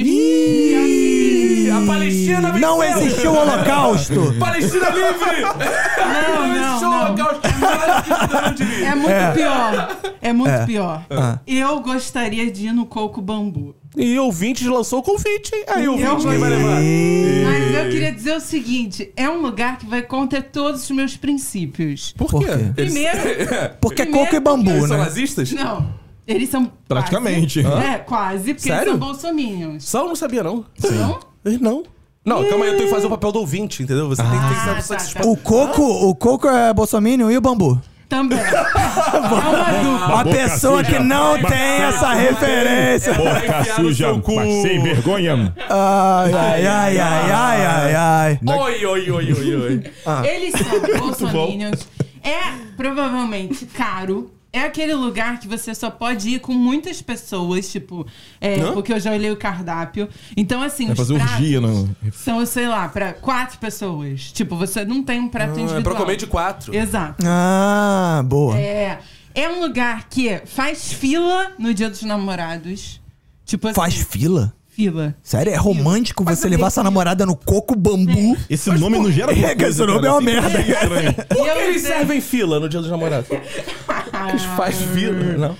Ih, a Palestina venceu. Não existiu o holocausto. Palestina livre! Não, não, existiu o não. holocausto. Nada que isso não diria. É muito pior. É muito pior. Ah. Eu gostaria de ir no Coco Bambu. E ouvintes lançou o convite, hein? Aí o Eu ouvinte quem vai gostei. levar. Mas eu queria dizer o seguinte: é um lugar que vai contra todos os meus princípios. Por Por quê? quê? Eles- Primeiro. Porque é Primeiro coco e bambu, Eles são né? nazistas? Não. Eles são. Praticamente. Quase, é, quase, porque Sério? eles são bolsominions. Só eu não sabia, não. Não? Eh, Não. Não, calma aí, eu tenho que fazer o papel do ouvinte, entendeu? Você tem, tem que Ah, ser a pessoa tá, que se tá. expõe. O coco, o coco é bolsominion e o bambu. Também. É uma dupla. A pessoa que não tem essa referência. Vai Boca enfiar no suja, seu cu. mas sem vergonha. Ai, ai, ai, ai, ai, ai, ai. Oi, oi, oi, oi, oi. Eles são bolsominions. É provavelmente caro. É aquele lugar que você só pode ir com muitas pessoas, tipo... É, Hã? porque eu já olhei o cardápio. Então, assim, Vai os fazer pratos orgia, não. são, sei lá, pra quatro pessoas. Tipo, você não tem um prato Ah, individual. é pra comer de quatro. Exato. Ah, boa. É, é um lugar que faz fila no Dia dos Namorados. Tipo assim, Faz fila? fila. Sério? É romântico Mas você eu levar tenho- sua namorada no coco bambu? Esse nome não gera É, que esse nome é uma merda. Por que eu eles sei- servem fila no dia dos namorados? Eles fazem fila, não?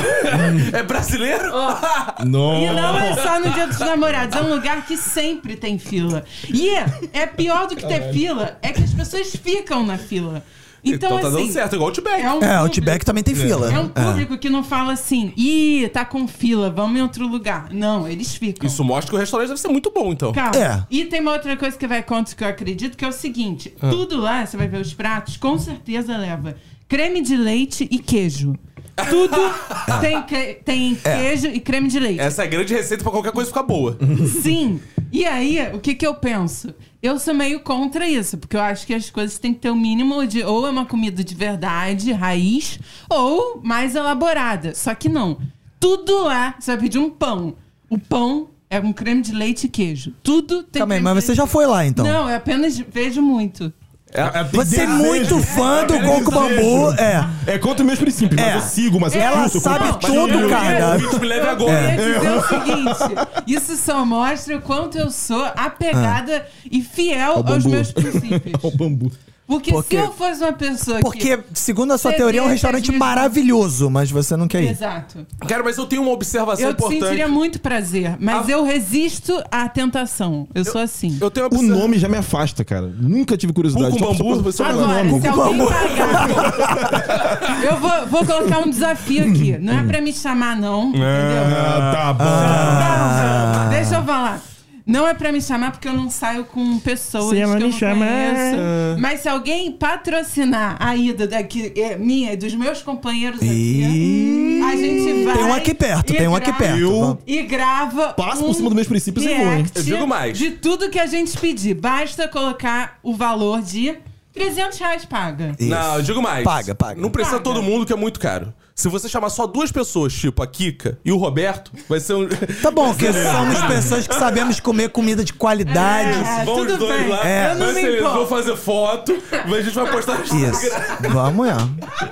É brasileiro? E não é só no Dia dos Namorados, é um lugar que sempre tem fila. E é, é pior do que ter fila, é que as pessoas ficam na fila. Então, Então tá assim, dando certo, igual o Outback. é um É, o público- Outback também tem fila. É um público que não fala assim, ih, tá com fila, vamos em outro lugar. Não, eles ficam. Isso mostra que o restaurante deve ser muito bom, então. Calma. É. E tem uma outra coisa que vai contra que eu acredito, que é o seguinte: Ah. tudo lá, você vai ver os pratos, com certeza leva creme de leite e queijo. Tudo tem, que- tem queijo e creme de leite. Essa é a grande receita pra qualquer coisa ficar boa. Sim. E aí, o que que eu penso? Eu sou meio contra isso, porque eu acho que as coisas têm que ter o mínimo de... Ou é uma comida de verdade, raiz, ou mais elaborada. Só que não. Tudo lá, você vai pedir um pão. O pão é um creme de leite e queijo. Tudo tem Calma aí, creme mas de você leite. já foi lá, então. Não, eu apenas vejo muito. Você é muito fã do coco bambu. É. É contra meus princípios, É. mas eu sigo, mas eu Ela curto, sabe eu Não, tudo, eu- cara. O vídeo me leve Eu agora. queria dizer o seguinte: isso só mostra o quanto eu sou apegada e fiel aos bambu. meus princípios. o bambu. Porque, Porque- se eu fosse uma pessoa Porque, que... segundo a sua Você teoria, é um deixa restaurante as minhas- maravilhoso, mas você não quer ir. Exato. Cara, mas eu tenho uma observação Eu importante. sentiria muito prazer, mas Ah. eu resisto à tentação. Eu, sou assim. Eu tenho uma O observa- nome já me afasta, cara. Nunca tive curiosidade. Cu com Só- só- bambu, só- você- Agora, nome. se alguém pagar... eu vou, vou colocar um desafio aqui. Não é pra me chamar, não. Entendeu? Ah, tá bom. Ah. Deixa eu falar. Não é pra me chamar porque eu não saio com pessoas Se que eu ela não me chamar. conheço. Mas se alguém patrocinar a ida daqui, é, minha e dos meus companheiros aqui, Ih, a gente vai... tem um aqui perto, e tem um aqui grava- perto. Eu- Vamos. E grava Passo um por cima dos meus princípios e vou, hein? react Eu digo mais. de tudo que a gente pedir. Basta colocar o valor de trezentos reais paga. Isso. Não, eu digo mais. Paga, paga. Não precisa Paga. todo mundo, que é muito caro. Se você chamar só duas pessoas, tipo a Kika e o Roberto, vai ser um... Tá bom, que somos pessoas que sabemos comer comida de qualidade. É, Vão os tudo dois bem. lá, É. Eu não vai me ser, importo. vão fazer foto, mas a gente vai postar no Instagram. Isso. Vamos, é.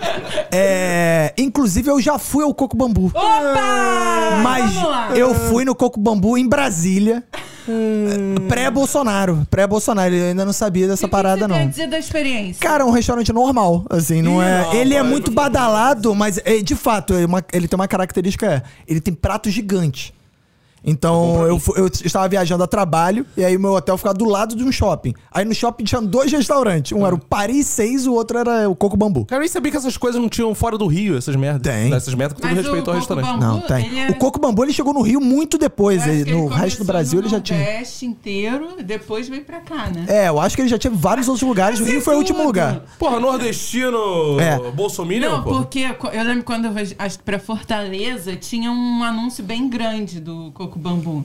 É, inclusive, eu já fui ao Coco Bambu. Opa! Mas Vamos lá. eu fui no Coco Bambu em Brasília. Pré-Bolsonaro. Pré-Bolsonaro. Eu ainda não sabia dessa O que parada, você não. quer dizer da experiência? Cara, é um restaurante normal, assim, não é... Não, ele é cara, muito eu- badalado, mas, é, de fato, é uma- ele tem uma característica, é, ele tem pratos gigantes. Então, eu, fu- eu estava viajando a trabalho, e aí o meu hotel ficava do lado de um shopping. Aí no shopping tinha dois restaurantes. Um era o Paris seis, o outro era o Coco Bambu. Cara, eu nem sabia que essas coisas não tinham fora do Rio, essas merdas. Tem. Essas merdas com todo Mas respeito o ao Coco restaurante. Bambu, Não, tem. ele é- O Coco Bambu, ele chegou no Rio muito depois. Eu acho ele- que ele no resto começou do Brasil, no ele já tinha... Nordeste inteiro, depois veio pra cá, né? É, eu acho que ele já tinha vários outros lugares. O Mas Rio em foi o último tudo. lugar. Porra, nordestino, É. bolsominion, Não, porra. porque co- eu lembro quando eu fui, acho que pra Fortaleza, tinha um anúncio bem grande do Coco Bambu.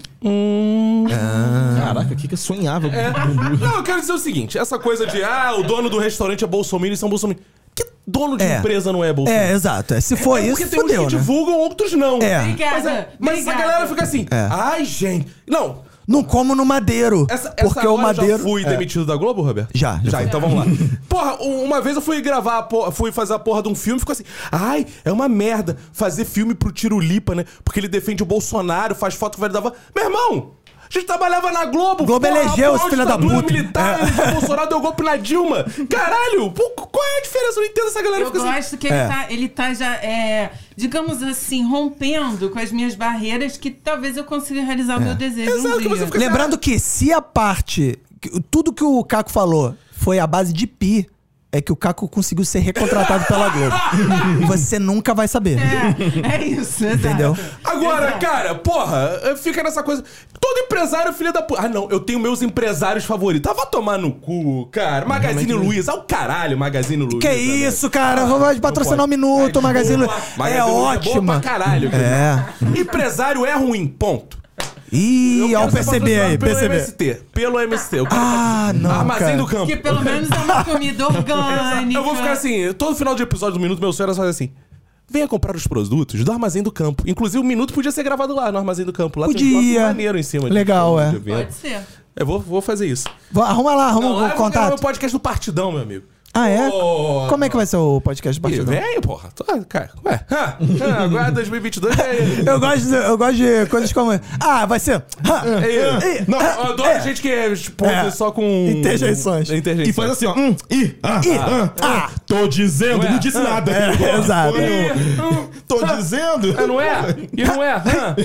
Caraca, que que eu sonhava com É. bambu. Não, eu quero dizer o seguinte, essa coisa de, ah, o dono do restaurante é bolsominion e são bolsominion. Que dono de É. empresa não é bolsominion? É, exato. É, se for É isso, porque tem uns fodeu, que né? divulgam, outros não. É. Obrigada. Mas, é- mas essa obrigada. galera fica assim, É. ai, gente. Não, Não como no Madeiro. essa, porque essa o hora Madeiro... eu já fui é. demitido da Globo, Roberto? Já, já Já, foi. então vamos lá. Porra, um- uma vez eu fui gravar, a porra- fui fazer a porra de um filme e ficou assim, ai, é uma merda fazer filme pro Tirulipa, né? Porque ele defende o Bolsonaro, faz foto que vai dar... Meu irmão... A gente trabalhava na Globo. Globo porra, elegeu a esse filho da ditadura puta. militar, É. o Bolsonaro deu golpe na Dilma. Caralho, pô, qual é a diferença? Eu não entendo essa galera. Eu Fica assim, gosto que ele, É. tá, ele tá já, é, digamos assim, rompendo com as minhas barreiras que talvez eu consiga realizar o meu desejo Exato, um que você dia. fica- Lembrando que se a parte... que- Tudo que o Caco falou foi a base de pi, é que o Caco conseguiu ser recontratado pela Globo. Você nunca vai saber. É, é isso, exato. Entendeu? Agora, Exato. cara, porra, fica nessa coisa. Todo empresário é filho da puta. Ah, não, eu tenho meus empresários favoritos. Ah, vai tomar no cu, cara. Magazine Luiza. Ah, o caralho, Magazine Luiza. Que né? isso, cara? Vamos patrocinar um minuto, Magazine Luiza. Magazine É Luiza ótima. boa pra caralho. É. Empresário é ruim, ponto. Ih, Eu olha o quero ser P C B aí, patrocinado P C B. Pelo M S T. Pelo M S T. Eu quero Ah, não, Armazém cara. do Campo. Que pelo menos é uma comida orgânica. Eu vou ficar assim, todo final de episódio do Minuto, meu sonho era fazer assim. Venha comprar os produtos do Armazém do Campo. Inclusive, o Minuto podia ser gravado lá, no Armazém do Campo. Lá tem um Podia. negócio maneiro em cima. de- Legal, é. de evento. Pode ser. Eu vou, vou fazer isso. Vá, Arruma lá, arruma Não, lá o eu vou gravar contato. o podcast do Partidão, meu amigo. Ah, é? Pô, Como é que vai ser o podcast do Ih, Partidão? vem, porra. Tô- Cara, ué. Ah, ah, agora dois mil e vinte e dois é ele. Eu gosto, de, eu gosto de coisas como... Ah, vai ser... Ah, É ele. Não, eu adoro gente que responde É. só com... Interjeições. Interjeições. E faz assim, ó. Hum, ih, ah, Ih, ah, ah, tô dizendo, Ué. não disse nada. É, exato. Ih, Tô dizendo. É, não é? E não é? Hã?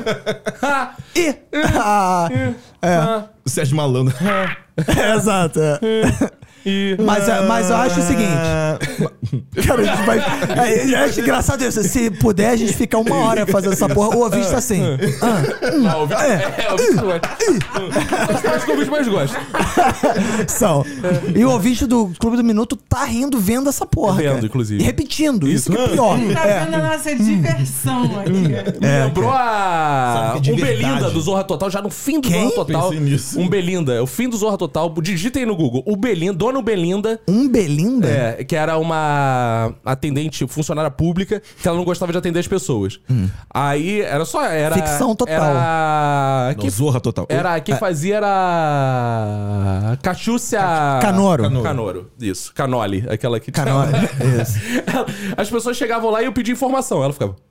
Ah, Ih, ah, ah, Sérgio Malandro. é, exato. é. e... Mas, mas eu acho o seguinte... Cara, a gente vai... é, Eu acho engraçado isso. Se puder, a gente fica uma hora fazendo essa porra. O ouvinte tá assim... Ah, Não, o Vitor... É, o Vitor gosta. Acho que o Vitor mais gosta. são. E o ouvinte do Clube do Minuto tá rindo vendo essa porra, Vendo, cara. inclusive. E repetindo. Isso, que é pior. Tá É. vendo a nossa diversão aqui. É, Lembrou a... Sabe que de Um verdade. Belinda do Zorra Total, já no fim do Quem? Zorra Total. Pensei nisso. Um Belinda, é o fim do Zorra Total. Digita aí no Google. O Belinda, Dona Belinda... Um Belinda? É, que era uma atendente, funcionária pública, que ela não gostava de atender as pessoas. Aí era só. Era, Ficção total. Era. Não, Quem, Zorra total. era, quem fazia era. Cachúcia. Canoro. Canoro. Canoro. Isso. Canoli. Aquela que tinha- Canoli. Isso. As pessoas chegavam lá e eu pedia informação. Ela ficava.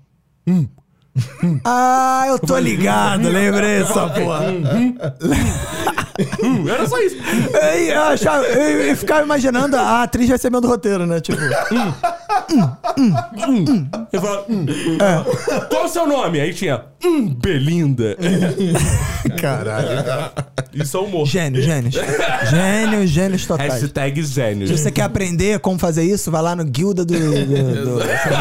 Ah, eu tô ligado. Lembrei essa porra. Hum, era só isso. Eu, eu, achava, eu, eu ficava imaginando a atriz recebendo o roteiro, né? Tipo... Eu falava, hum. Qual o seu nome? Aí tinha. Hum, Belinda. Caralho. Isso é humor. Gênio, gênios. Gênios, gênios totais. Hashtag gênios. Se você quer aprender como fazer isso, vai lá no Guilda do... do, do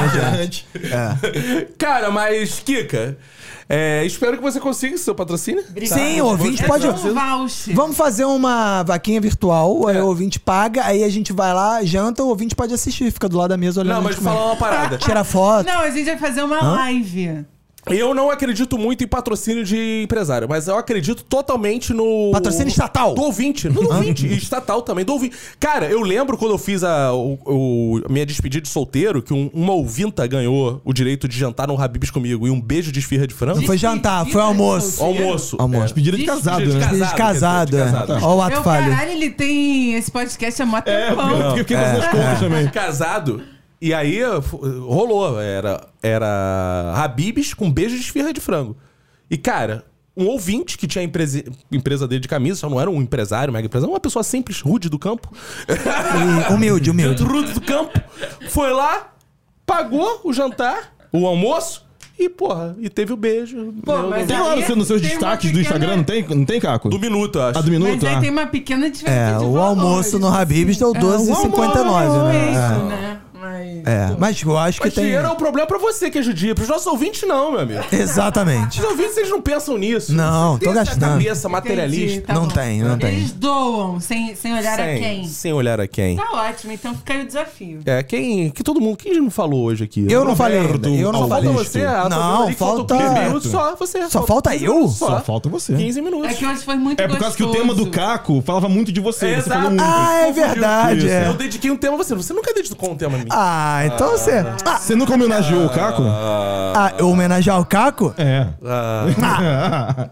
é. Cara, mas, Kika, é, espero que você consiga seu patrocínio. Sim, o ouvinte É pode... só um voucher. Vamos fazer uma vaquinha virtual, aí É. o ouvinte paga, aí a gente vai lá, janta, o ouvinte pode assistir, fica do lado da mesa olhando. Não, a mas gente vou falar comer. uma parada. Tira foto. Não, a gente vai fazer uma live. Eu não acredito muito em patrocínio de empresário, mas eu acredito totalmente no... Patrocínio estatal. Do ouvinte. No ouvinte. E estatal também, do ouvinte. Cara, eu lembro quando eu fiz a, o, o- a minha despedida de solteiro, que um- uma ouvinta ganhou o direito de jantar no Habib's comigo e um beijo de esfirra de frango. Não foi jantar, foi almoço. Almoço. Almoço. Despedida de casado, Despedida de né? Filho de casado, quer é. dizer, de casado. Ó o ato Meu falho. caralho, ele tem esse podcast há mó É, tempão. porque eu fiquei fazendo as contas também. Casado. E aí f- rolou. Era, era Habib's com beijo de esfirra de frango. E, cara, um ouvinte que tinha a empresa, empresa dele de camisa, só não era um empresário, mega empresário, uma pessoa simples, rude do campo. E humilde, humilde. Rude do campo. Foi lá, pagou o jantar, o almoço. E, porra, e teve o beijo. Pô, Meu, mas do- Tem lá aí no seu- nos seus tem uma destaques do pequena- Instagram, não tem, não tem, Caco? do minuto, eu acho. Ah, do minuto? Mas aí Ah. tem uma pequena diferença É, de o valores. almoço no Habib's deu É, doze e cinquenta e nove, o almoço né? é isso, É. né? Mas... É, mas eu acho que Mas tem... dinheiro é um problema pra você que é judia. Pros nossos ouvintes, não, meu amigo. Exatamente. Os ouvintes, eles não pensam nisso. Não, Não tem tô essa gastando. cabeça materialista. Entendi, tá Não bom. tem, não tem. Eles doam, sem, sem olhar a sem, quem. sem olhar a quem. Tá ótimo, então fica aí o desafio. É, quem... Que todo mundo... Quem não falou hoje aqui? Eu não falei Roberto, ainda, eu não Só falta falei. você. a tua Não, vez ali que faltou falta- quinze minutos só, você. Só falta quinze eu? minutos Só falta você. quinze minutos. É que hoje foi muito É por causa que o tema do Caco falava muito de você. É, Você falou exato. muito. Ah, é Confundiu. verdade, Isso. é. Eu dediquei um tema a você. Você nunca dedicou um tema a mim. Ah, então você... Ah, Você nunca homenageou o Caco? ah, eu homenagear o Caco? É. Ah.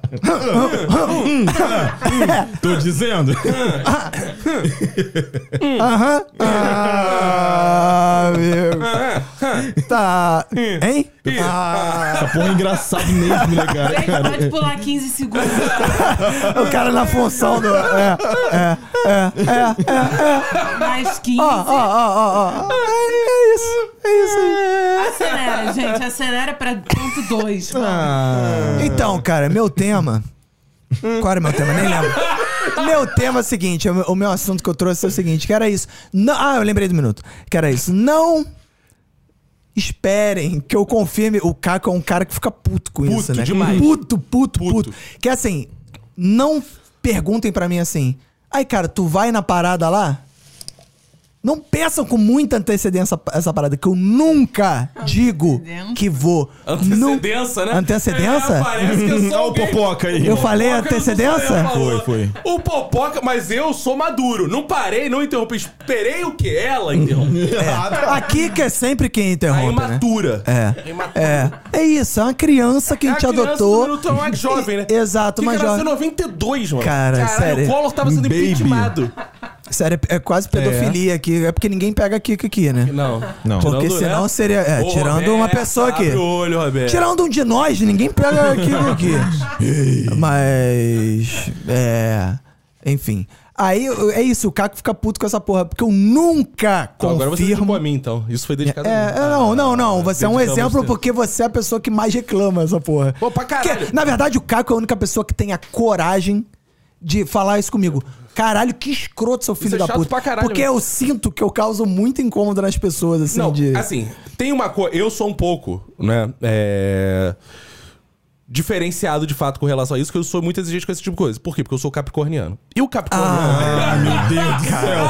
Tô dizendo. Aham. Ah, meu. Tá. Hein? Ah, Essa porra é engraçado mesmo, né, cara? Gente, cara? pode pular quinze segundos. o cara na função do... É, é, é, é, é. Mais quinze. Ó, ó, ó, ó, ó. É isso, é isso aí. Acelera, gente. Acelera pra ponto dois. Ah. Então, cara, meu tema... Qual era meu tema? Nem lembro. Meu tema é o seguinte, o meu- o meu assunto que eu trouxe é o seguinte, que era isso. Não, ah, eu lembrei do minuto. Que era isso. Não esperem que eu confirme. O Caco é um cara que fica puto com Puto isso, né? demais. Puto, puto, puto, Puto. Que assim, não perguntem pra mim assim, ai, cara, tu vai na parada lá? Não pensam com muita antecedência essa parada, que eu nunca digo Antecedência. que vou. Antecedência, né? Antecedência? É, parece que eu sou Olha o alguém. Popoca aí. Eu falei Popoca, antecedência? não sou eu, falou. Foi, O Popoca, mas eu sou maduro. Não parei, não interrompi. Esperei o que ela interrompeu. Aqui que é sempre quem A interrompe, né? imatura. É. A imatura. É. É isso, é uma criança que a É gente a criança adotou. do minuto é mais jovem, né? Exato, que mais nasceu em jovem. noventa e dois, mano. Cara, Caralho, sério. o Collor tava sendo Baby. impeachmentado. Sério, é quase pedofilia aqui. É porque ninguém pega Kika aqui, né? Não. Não. Porque Tirando, senão né? seria. É, Ô, tirando Roberto, uma pessoa aqui. Abre o olho, Roberto. Tirando um de nós, ninguém pega Kika aqui. Mas. É. Enfim. Aí é isso, o Caco fica puto com essa porra. Porque eu nunca Então, agora você dedicou confirmo. a mim, então. Isso foi dedicado a mim. É, é, não, não, não. Você é um dedicamos exemplo você. porque você é a pessoa que mais reclama essa porra. Pô, pra caralho. Porque, na verdade, o Caco é a única pessoa que tem a coragem de falar isso comigo. Caralho, que escroto, seu filho Isso é da chato puta. pra caralho Porque mesmo. eu sinto que eu causo muito incômodo nas pessoas, assim, Não, de... assim, tem uma coisa... Eu sou um pouco, né, é... diferenciado de fato com relação a isso, que eu sou muito exigente com esse tipo de coisa. Por quê? Porque eu sou capricorniano. E o capricorniano... Ah, meu Deus do céu.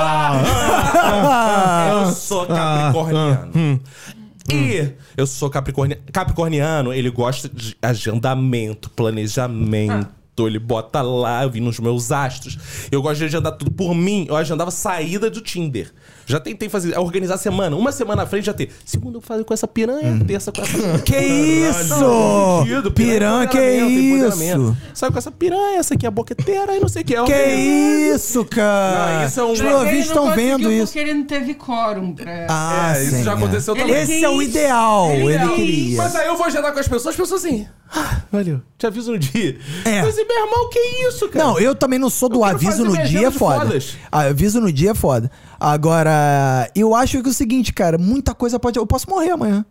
eu sou capricorniano. Hum. E eu sou capricorniano. Capricorniano, ele gosta de agendamento, planejamento. Ele bota lá, eu vi nos meus astros. Eu gosto de agendar tudo. Por mim, eu agendava saída do Tinder. Já tentei fazer, organizar a semana. Uma semana à frente já ter. Segunda eu faço com essa piranha, terça com essa piranha. Que isso? Sentido, Piranha, que empoderamento, isso? empoderamento. Sai com essa piranha, essa aqui é a boqueteira e não sei o que. É Que organizar. isso, cara? Não, isso é um- Os Mas ouvintes Ele estão não vendo conseguiu isso. porque ele não teve quórum pra... Ah, É, isso sim, já é. aconteceu Ele também. Esse é o quis. ideal, Ele ele quis. queria. Mas aí eu vou agendar com as pessoas, as pessoas assim. Ah, valeu, te aviso no dia. É. Mas, meu irmão, que isso, cara? Não, eu também não sou do Eu quero aviso fazer no minha dia, é agenda de foda. fodas. Ah, aviso no dia é foda. Agora, eu acho que é o seguinte, cara, muita coisa pode... Eu posso morrer amanhã.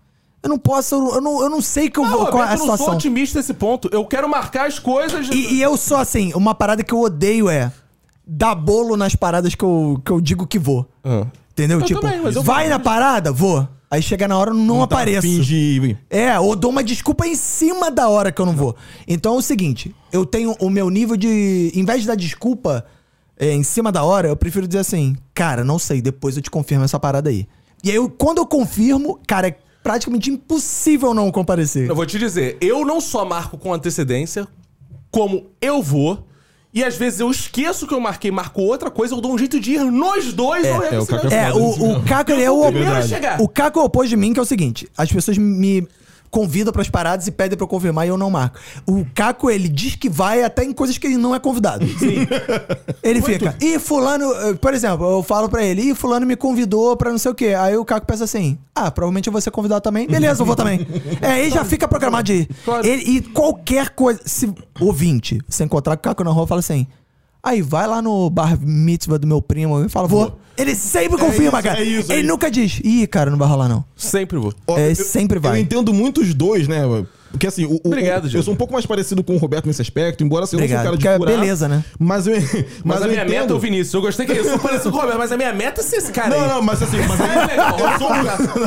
Eu não posso, eu não, eu não sei que eu vou, Não, qual é a eu não sou situação. otimista nesse ponto. Eu quero marcar as coisas... E, e eu sou assim, uma parada que eu odeio é dar bolo nas paradas que eu, que eu digo que vou. Ah. Entendeu? Eu tipo, também, mas eu vai vou. na parada? Vou. Aí chega na hora, eu não, Tá, apareço. finge- É, ou dou uma desculpa em cima da hora que eu não vou. Então é o seguinte, eu tenho o meu nível de... Em vez de dar desculpa é, em cima da hora, eu prefiro dizer assim, cara, não sei, depois eu te confirmo essa parada aí. E aí, eu, quando eu confirmo, cara, é praticamente impossível não comparecer. Eu vou te dizer, eu não só marco com antecedência, como eu vou, e às vezes eu esqueço que eu marquei, marco outra coisa, eu dou um jeito de ir nos dois. É, não é, o Caco É, foda o, nisso o mesmo. Caco, ele Eu é sou o... o primeiro a chegar. O Caco é o oposto de mim, que é o seguinte, as pessoas me convidam pras paradas e pedem pra eu confirmar e eu não marco. O Caco, ele diz que vai até em coisas que ele não é convidado. Sim. Ele fica, e fulano... Por exemplo, eu falo pra ele, e fulano me convidou pra não sei o quê. Aí o Caco pensa assim, ah, provavelmente eu vou ser convidado também. Beleza, eu vou também. É, aí já fica programado de ir. Claro. Ele, e qualquer coisa... Se ouvinte, se encontrar com o Caco na rua, fala assim... Aí, vai lá no bar mitzvah do meu primo e fala, vou. Ele sempre confirma, isso, cara. é isso, é ele isso. nunca diz, ih, cara, não vai rolar não. Sempre vou. Ó, É, eu- sempre vai. Eu entendo muito os dois, né? Porque assim, o, o- Obrigado, o- Diego. eu sou um pouco mais parecido com o Roberto nesse aspecto, embora assim, eu não sou um Obrigado, cara de porque é furar, beleza, né? Mas eu, mas Mas, a eu minha entendo... meta é o Vinícius. Eu gostei que eu sou parecido com o Roberto, mas a minha meta é ser esse cara Não, aí. não, mas assim, mas aí, É legal. eu sou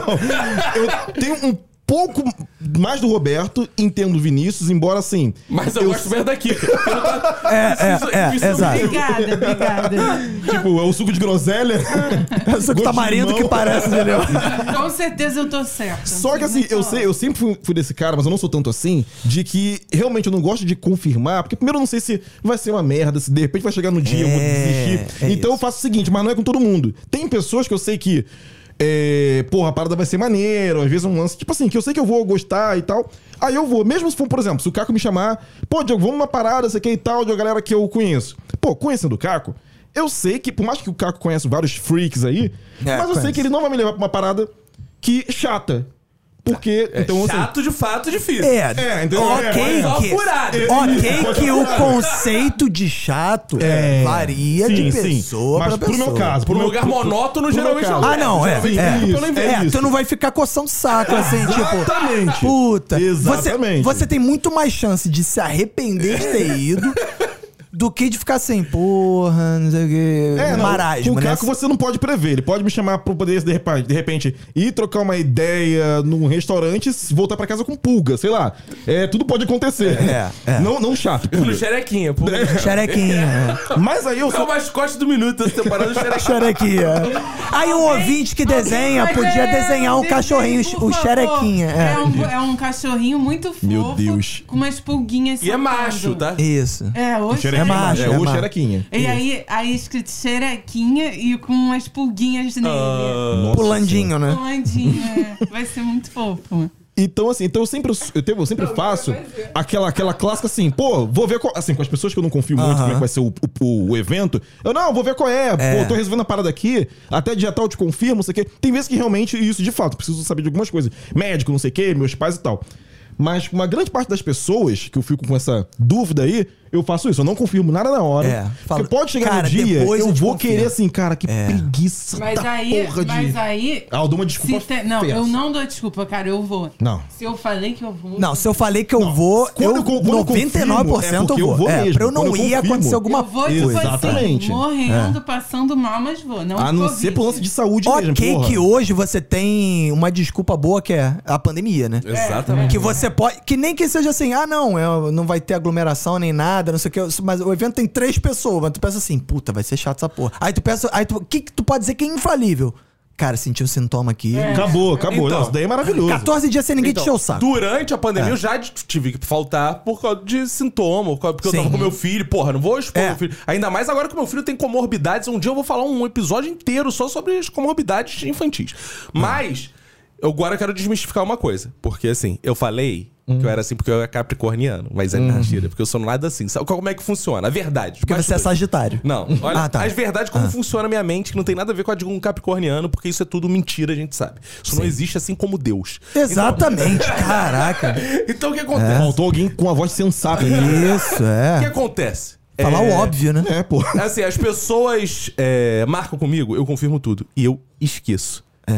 um, não, eu tenho um pouco mais do Roberto, entendo o Vinícius, embora assim... Mas eu, gosto mesmo daqui. É, é, é, exato. Obrigada, obrigada. Tipo, é o suco de groselha. Eu sou que tamarindo que parece, entendeu? Com certeza eu tô certa. Só que assim, eu sei, eu sempre fui, fui desse cara, mas eu não sou tanto assim, de que realmente eu não gosto de confirmar, porque primeiro eu não sei se vai ser uma merda, se de repente vai chegar no dia, eu vou É, desistir. é Então eu isso. faço o seguinte, mas não é com todo mundo. Tem pessoas que eu sei que, é, porra, a parada vai ser maneiro, às vezes um lance, tipo assim, que eu sei que eu vou gostar e tal. Aí eu vou, mesmo se for, por exemplo, se o Caco me chamar, pô, Diogo, vamos numa parada, sei que e tal, de uma galera que eu conheço. Pô, conhecendo o Caco, eu sei que, por mais que o Caco conheça vários freaks aí, É, mas eu sei conhece. que ele não vai me levar pra uma parada que chata. Porque, então, assim, Chato de fato, difícil. É, É, entendeu? ok É, só que, furado. ok que o conceito de chato É. varia Sim, de sim. pessoa Mas pra pro pessoa. meu caso, Por um meu- lugar pro- monótono, pro geralmente meu não caso. Ah, não, é. Geralmente é. pelo inverno. É, tu não vai ficar coçando o saco, assim, tipo... Exatamente. Puta. Exatamente. Você, você tem muito mais chance de se arrepender de ter ido do que de ficar assim, porra, não sei o quê. É, não, marasmo, com o né? Caco você não pode prever. Ele pode me chamar pra poder, de repente, de repente, ir trocar uma ideia num restaurante e voltar pra casa com pulga, sei lá. É, tudo pode acontecer. É, é. Não, não chato. No pulga. xerequinha, pô. Xerequinha. é. Mas aí eu É o sou... mascote do minuto essa temporada do xerequinha. Xerequinha. Aí um ouvinte que desenha Alguém podia faz, é, desenhar um desenho, cachorrinho, por o favor. xerequinha. É. É. um, é um cachorrinho muito fofo. Meu Deus. Com umas pulguinhas E é soltando. macho, tá? Isso. É, o Xerequinha, É macho, é, é o macho. xerequinha. E aí, aí escrito xerequinha e com umas pulguinhas nele. Nossa Pulandinho, né? Pulandinho, é. Vai ser muito fofo. Então, assim, então eu sempre, eu, te- eu sempre faço aquela, aquela clássica assim, pô, vou ver qual, assim, com as pessoas que eu não confio muito Aham. como é que vai ser o, o, o evento, eu não, vou ver qual é, É. pô, tô resolvendo a parada aqui, até dia tal eu te confirmo, não sei o quê. Tem vezes que realmente, isso de fato, preciso saber de algumas coisas, médico, não sei o quê, meus pais e tal. Mas uma grande parte das pessoas que eu fico com essa dúvida aí, eu faço isso. Eu não confirmo nada na hora. É, fala, Porque pode chegar cara, no dia, depois eu eu te vou confirmo. querer assim, cara, que É. preguiça Mas da aí, porra de... mas aí. Ah, eu dou uma desculpa se te- Não, fersa. eu não dou desculpa, cara, eu vou. Não. Se eu falei que eu vou. Não, se eu falei que eu vou, quando eu, eu- quando eu noventa e nove por cento confirmo, é eu porque eu vou. vou É, mesmo. pra eu não Quando eu ir confirmo. acontecer alguma eu vou, coisa. tipo Exatamente. assim, morrendo, passando mal, mas vou. Não A não Covid. ser por lance de saúde mesmo, Ok porra. que hoje você tem uma desculpa boa que é a pandemia, né? Exatamente. Que você pode... Que nem que seja assim, ah, não, é, não vai ter aglomeração nem nada, não sei o que. Mas o evento tem três pessoas, mas tu pensa assim, puta, vai ser chato essa porra. Aí tu pensa... Aí tu... O que que tu pode dizer que é infalível? Cara, sentiu um sintoma aqui. Acabou, acabou. Então. Não, isso daí é maravilhoso. catorze dias sem ninguém te encher o saco. Durante a pandemia É. eu já tive que faltar por causa de sintoma, por causa- porque eu tava Sim. com meu filho. Porra, não vou expor É. meu filho. Ainda mais agora que meu filho tem comorbidades. Um dia eu vou falar um episódio inteiro só sobre as comorbidades infantis. Mas, eu agora quero desmistificar uma coisa. Porque assim, eu falei que eu era assim porque eu era capricorniano. Mas é mentira, porque eu sou nada assim. Sabe como é que funciona? A verdade. Porque você é sagitário. Não, olha, Ah, tá. as verdades como funciona a minha mente, que não tem nada a ver com a de um capricorniano, porque isso é tudo mentira, a gente sabe. Isso não existe assim como Deus. Exatamente, caraca. Então o que acontece? Faltou alguém com a voz sensata. Isso, O que é. acontece? Falar É, o óbvio, né? É, pô. Assim, as pessoas é, marcam comigo, eu confirmo tudo. E eu esqueço. É.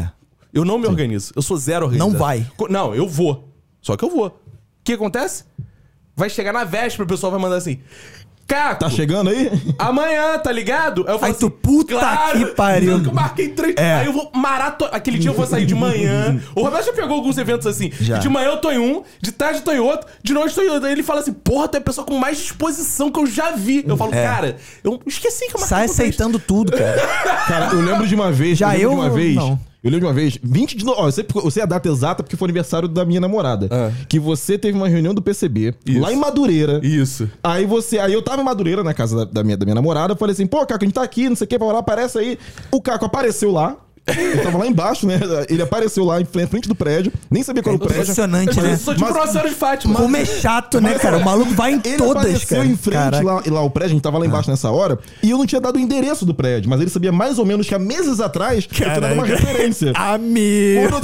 Eu não me organizo. Eu sou zero organizado. Não vai. Co- Não, eu vou. Só que eu vou. O que acontece? Vai chegar na véspera, o pessoal vai mandar assim... Caco, Tá chegando aí? amanhã, tá ligado? Aí eu falo Aí tu, puta que pariu. Eu marquei três. É. Aí eu vou maratonar. Aquele dia eu vou sair de manhã. O Roberto já pegou alguns eventos assim. Já. De manhã eu tô em um, de tarde eu tô em outro, de noite eu tô em outro. Aí ele fala assim: porra, tu é a pessoa com mais disposição que eu já vi. Eu falo, É. cara, eu esqueci que eu marquei. Sai com três. aceitando tudo, cara. Cara, eu lembro de uma vez. Já lembro eu, de uma vez. não. Eu lembro de uma vez, vinte de novembro. Ó, eu sei, eu sei a data exata porque foi aniversário da minha namorada. Ah. Que você teve uma reunião do P C B Isso. lá em Madureira. Isso. Aí você. Aí eu tava em Madureira, na casa da, da minha, da minha namorada. Eu falei assim, pô, Caco, a gente tá aqui, não sei o que, pra lá, aparece aí. O Caco apareceu lá. Eu tava lá embaixo, né? Ele apareceu lá em frente, frente do prédio. Nem sabia qual era o prédio. Impressionante, Eu né? sou tipo Mas- Nossa Senhora de Fátima. Como é chato, né, cara? O maluco vai em Ele todas, apareceu cara. em frente Caraca. lá, lá, o prédio, a gente tava lá embaixo nessa hora, e eu não tinha dado o endereço do prédio, mas ele sabia mais ou menos que há meses atrás eu tinha dado uma Caraca. referência. Amigo. Quando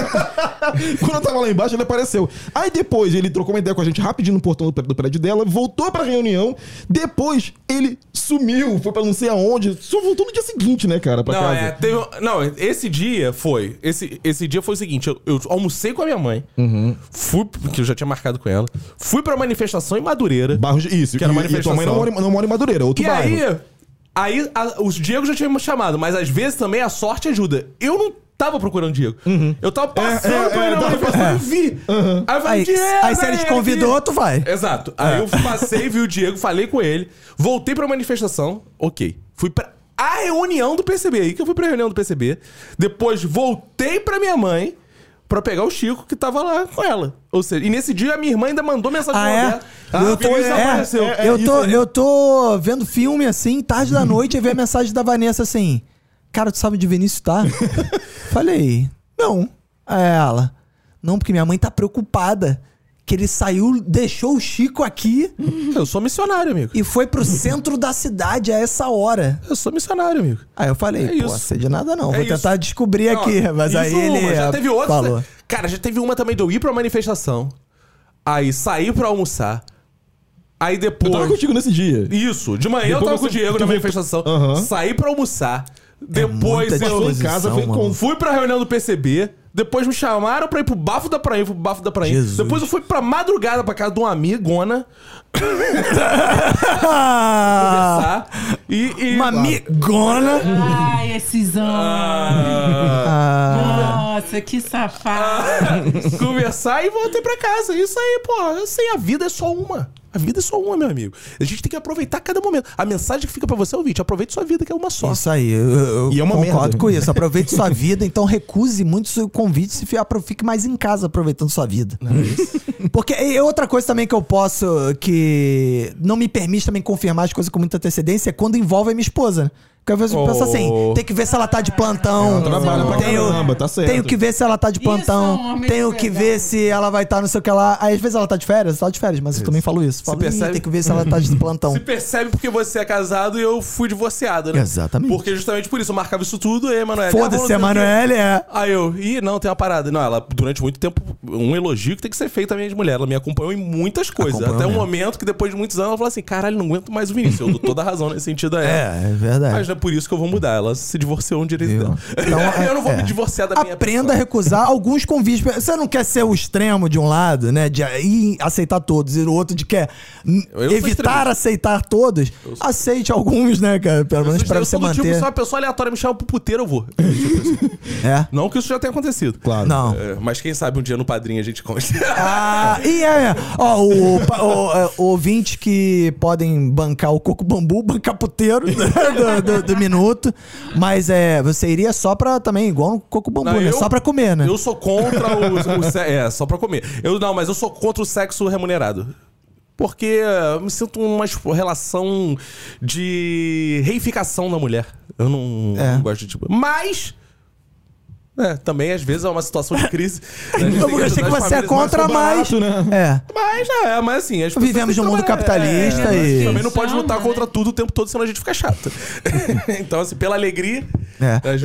eu, quando eu tava lá embaixo, ele apareceu. Aí depois ele trocou uma ideia com a gente rapidinho no portão do, do prédio dela, voltou pra reunião, depois ele sumiu, foi pra não sei aonde, só voltou no dia seguinte, né, cara, pra Não, casa. é, teve, não, esse dia foi. Esse, esse dia foi o seguinte: eu, eu almocei com a minha mãe, Uhum. fui, que eu já tinha marcado com ela, fui pra manifestação em Madureira. Bairro de, isso, Que era e, manifestação. e tua mãe não mora, em- não mora em Madureira, outro E bairro. aí, aí a, os Diego já tinham me chamado, mas às vezes também a sorte ajuda. Eu não tava procurando o Diego. Eu tava passando É, é, pra ir é, na tava manifestação e vi. Aí eu falei, Aí, Diego! aí se ele te é convidou, aqui. tu vai. Exato. Aí eu passei, vi o Diego, falei com ele, voltei pra manifestação, ok. Fui pra a reunião do P C B, aí que eu fui pra reunião do P C B. Depois voltei pra minha mãe pra pegar o Chico que tava lá com ela. Ou seja, e nesse dia a minha irmã ainda mandou mensagem Ah, pro é? Roberto. eu, Ah, tô, Vinícius é, apareceu. é, eu, tô, isso aí. eu tô vendo filme assim, tarde da noite, e vi a mensagem da Vanessa assim: cara, tu sabe onde Vinícius tá? Falei, não. Aí ela, não, porque minha mãe tá preocupada. Que ele saiu, deixou o Chico aqui Eu sou missionário, amigo. e foi pro centro da cidade a essa hora. Eu sou missionário, amigo. Aí eu falei, É pô, isso. sei de nada não. É Vou isso. tentar descobrir Não, aqui. Mas isso aí ele uma, já teve outra. falou. Cara, já teve uma também de eu ir pra manifestação. Aí sair pra almoçar. Aí Eu depois. tava contigo nesse dia. Isso, de manhã eu Depois tava com o você- Diego tu na voltou- manifestação. Aham. Saí pra almoçar. Depois muita eu disposição, em casa, fui, mano. fui pra reunião do P C B. Depois me chamaram pra ir pro Bafo da Prainha. Fui pro Bafo da Prainha. Jesus. Depois eu fui pra madrugada pra casa de uma amigona Ah, conversar. E. e uma amigona. Ai, esses homens. Ah, Ah, Nossa, que safado. conversar e voltei pra casa. Isso aí, pô. Assim, a vida é só uma. A vida é só uma, meu amigo. A gente tem que aproveitar cada momento. A mensagem que fica pra você, ouvinte, aproveite sua vida, que é uma só. isso aí, eu, eu E é uma concordo merda. com isso. Aproveite sua vida, então recuse muito seu convite se fi- apro- fique mais em casa aproveitando sua vida. Porque é outra coisa também que eu posso, que não me permite também confirmar as coisas com muita antecedência, é quando envolve a minha esposa, né? Porque às vezes eu penso Oh. assim, tem que ver se ela tá de plantão. Ela trabalha pra tenho, caramba, tá certo. tenho que ver se ela tá de Isso é um plantão. homem tenho de que verdade. ver se ela vai estar não sei o que lá. Aí às vezes ela tá de férias, tá de férias, mas eu também falo isso. Falo, "Ih, percebe? tem que ver se ela tá de plantão. Se percebe porque você é casado e eu fui divorciado, né? Exatamente. Porque justamente por isso eu marcava isso tudo, e a Emanuele. Foda-se, a Emanuele, é. Aí eu, ih, não, tem uma parada. Não, ela, durante muito tempo, um elogio que tem que ser feito também de mulher. Ela me acompanhou em muitas coisas. Acompanhou Até o mesmo. momento que depois de muitos anos ela falou assim: caralho, não aguento mais o Vinícius. Eu dou toda a razão nesse sentido a ela. É, é verdade. Mas não é por isso que eu vou mudar. Ela se divorciou um direito Viu? dela. Então, é- eu não vou é. me divorciar da minha Aprenda a pessoa. recusar alguns convites. Você não quer ser o extremo de um lado, né? De ir aceitar todos, e o outro de quer n- Eu sou evitar extremista. aceitar todos. Aceite alguns, né, cara? Pelo menos pra eu você sou do tipo, manter. se uma pessoa aleatória me chama pro puteiro, eu vou. É. Não que isso já tenha acontecido. Claro. Não. É, mas quem sabe um dia no Padrinho a gente conta. Ah, e é, é. Ó, o, o, o, é, ouvintes que podem bancar o coco bambu, bancar puteiro do, do, do minuto. Mas é, você iria só pra também, igual no coco bambu, Não, né? eu- Só pra comer, né? Eu sou contra o, o se- É, só pra comer. Eu não, mas eu sou contra o sexo remunerado. Porque eu me sinto uma tipo, relação de reificação da mulher. Eu não, É. não gosto de tipo. Mas. É, também às vezes é uma situação de crise. A gente tem Eu achei que ajudar as você é famílias, contra, mas. barato, né? É. Mas já é, mas assim. As pessoas Vivemos têm que num mundo trabalhar. capitalista É, mas e- também não pode Chama, lutar contra né? tudo o tempo todo, senão a gente fica chato. Então, assim, pela alegria. É. às vezes-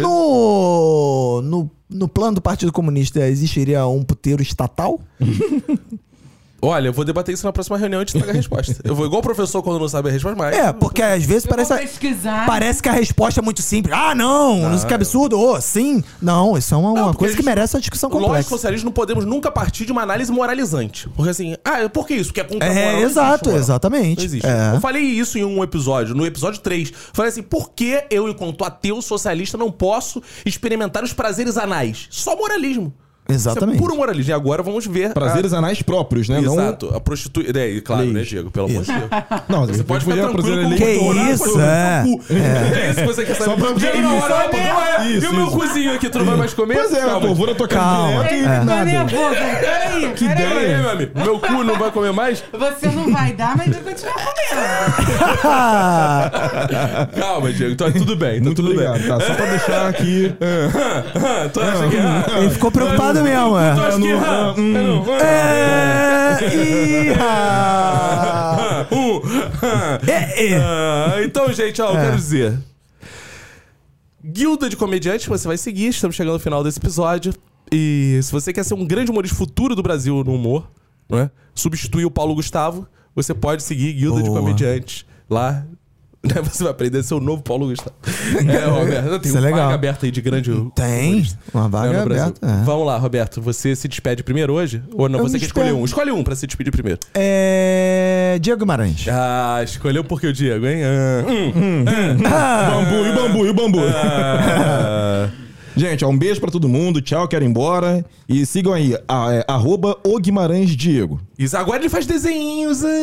No, no, no plano do Partido Comunista existiria um puteiro estatal? Olha, eu vou debater isso na próxima reunião e te trago a resposta. Eu vou igual o professor quando não sabe a resposta, mas... É, porque às vezes Eu parece, vou pesquisar. parece que a resposta é muito simples. Ah, não, não, que absurdo. Ô, sim. Não, isso é uma, uma Não, porque coisa a que gente- merece uma discussão Nós, complexa. socialistas, não podemos nunca partir de uma análise moralizante. Porque assim, ah, por que isso? Que é contra a moral? É, Não existe exato, moral. exatamente. Não existe. É. Eu falei isso em um episódio, no episódio três. Falei assim, por que eu, enquanto ateu socialista, não posso experimentar os prazeres anais? Só moralismo. Exatamente. Isso é puro moralismo. E agora vamos ver... Prazeres anais próprios, né? a... Exato. A prostituição... É, claro, Leis. né, Diego? Pelo amor de Deus. Não, Você pode ficar podia tranquilo prazer com ali. Que doutorado, isso, pode fazer é. seu cu. É isso que você quer saber. Só pra- Diego, não, Isso, não, não, não é. isso, E o meu isso. cozinho aqui, tu não vai mais comer? Pois é, Calma. pô, vou na tua casa Calma. direto e Ele ficou nada. nervoso. Peraí, Que peraí. Pera aí, meu amigo. Meu cu não vai comer mais? Você não vai dar, mas eu vou continuar comendo. Calma, Diego. Tá tudo bem. Tá Muito tudo obrigado, tá? Só pra deixar aqui... bem. Tu acha que... ah, Ele ficou preocupado mesmo, Tu é. acha que... ah, não, ah, É, ih, ah. ah, um, ah. É, é. Ah, então, gente, ó, eu quero dizer. Guilda de Comediantes, você vai seguir. Estamos chegando ao final desse episódio. E se você quer ser um grande humorista futuro do Brasil no humor, não é? Substituir o Paulo Gustavo, você pode seguir Guilda de Boa. Comediantes lá. Né? Você vai aprender a ser o novo Paulo Gustavo. É, Roberto, tem Isso é uma legal. vaga aberta aí de grande Tem humorista. uma vaga Não, no Brasil. aberta. é. Vamos lá, Roberto. Você se despede primeiro hoje? Ou não? Eu Você me quer escolher despedo. um? Escolhe um pra se despedir primeiro. É. Diego Guimarães. Ah, escolheu porque o Diego, hein? Ah, hum. Bambu, e o bambu, e o bambu. Ah. Gente, ó, um beijo pra todo mundo. Tchau, quero ir embora. E sigam aí, a, é, arroba o Guimarães Diego. Isso, agora ele faz desenhinhos. ah.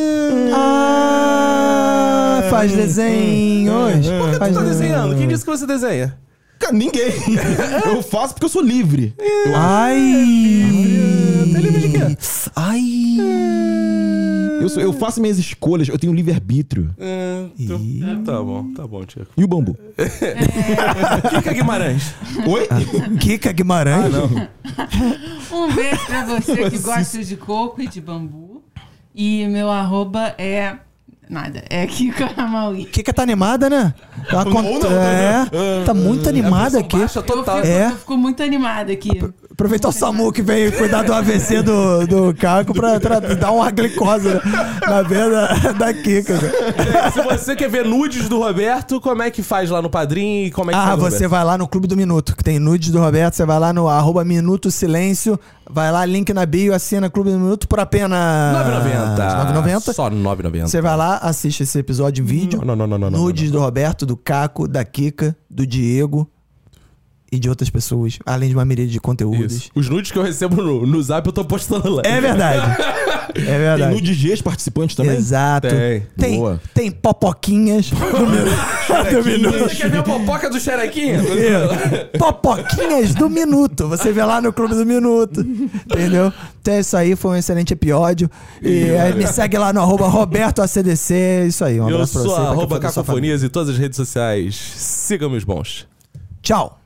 Ah, faz desenhos. Por que tu Faz tá desenho. desenhando? Quem disse que você desenha? Cara, ninguém. Eu faço porque eu sou livre. Eu Ai. Tá livre de quê? Ai. Eu, sou- eu faço minhas escolhas, eu tenho livre-arbítrio. Ah, então- tá bom, tá bom, Tiago. E o bambu? Kika Guimarães. Oi? Kika Guimarães. Um beijo pra você que gosta de coco e de bambu. E meu arroba é... Nada, é Kika Amaui. Kika tá animada, né? Ela Não, cont- não, é, tá muito animada aqui. Baixa total. Eu fico, É. eu fico muito animada aqui. Aproveitar o Samu que veio cuidar do A V C do, do Caco pra, pra dar uma glicose na, na veia da, da Kika. cara. Se você quer ver nudes do Roberto, como é que faz lá no Padrim e como é que Ah, faz, você Roberto? vai lá no Clube do Minuto, que tem nudes do Roberto, você vai lá no arroba Minuto Silêncio, vai lá, link na bio, assina Clube do Minuto por apenas nove reais e noventa centavos. nove reais e noventa centavos. Só nove reais e noventa Você vai lá, assiste esse episódio em vídeo. Não, não, não, não, não, Nudes do Roberto, do Caco, da Kika, do Diego e de outras pessoas, além de uma miríade de conteúdos. Isso. Os nudes que eu recebo no, no Zap eu tô postando lá. É verdade. É Tem verdade. nudes de ex-participantes também? Exato. Tem. Tem, Boa. tem popoquinhas do Minuto. do minuto. Você quer ver a popoca do Xerequinha? Popoquinhas do Minuto. Você vê lá no Clube do Minuto. Entendeu? Então é isso aí, foi um excelente episódio. E aí me segue lá no arroba Roberto A C D C. É isso aí. Um Eu abraço pra sou você. pra quem arroba for da sua Cacofonias em todas as redes sociais. Sigam meus bons. família. Tchau.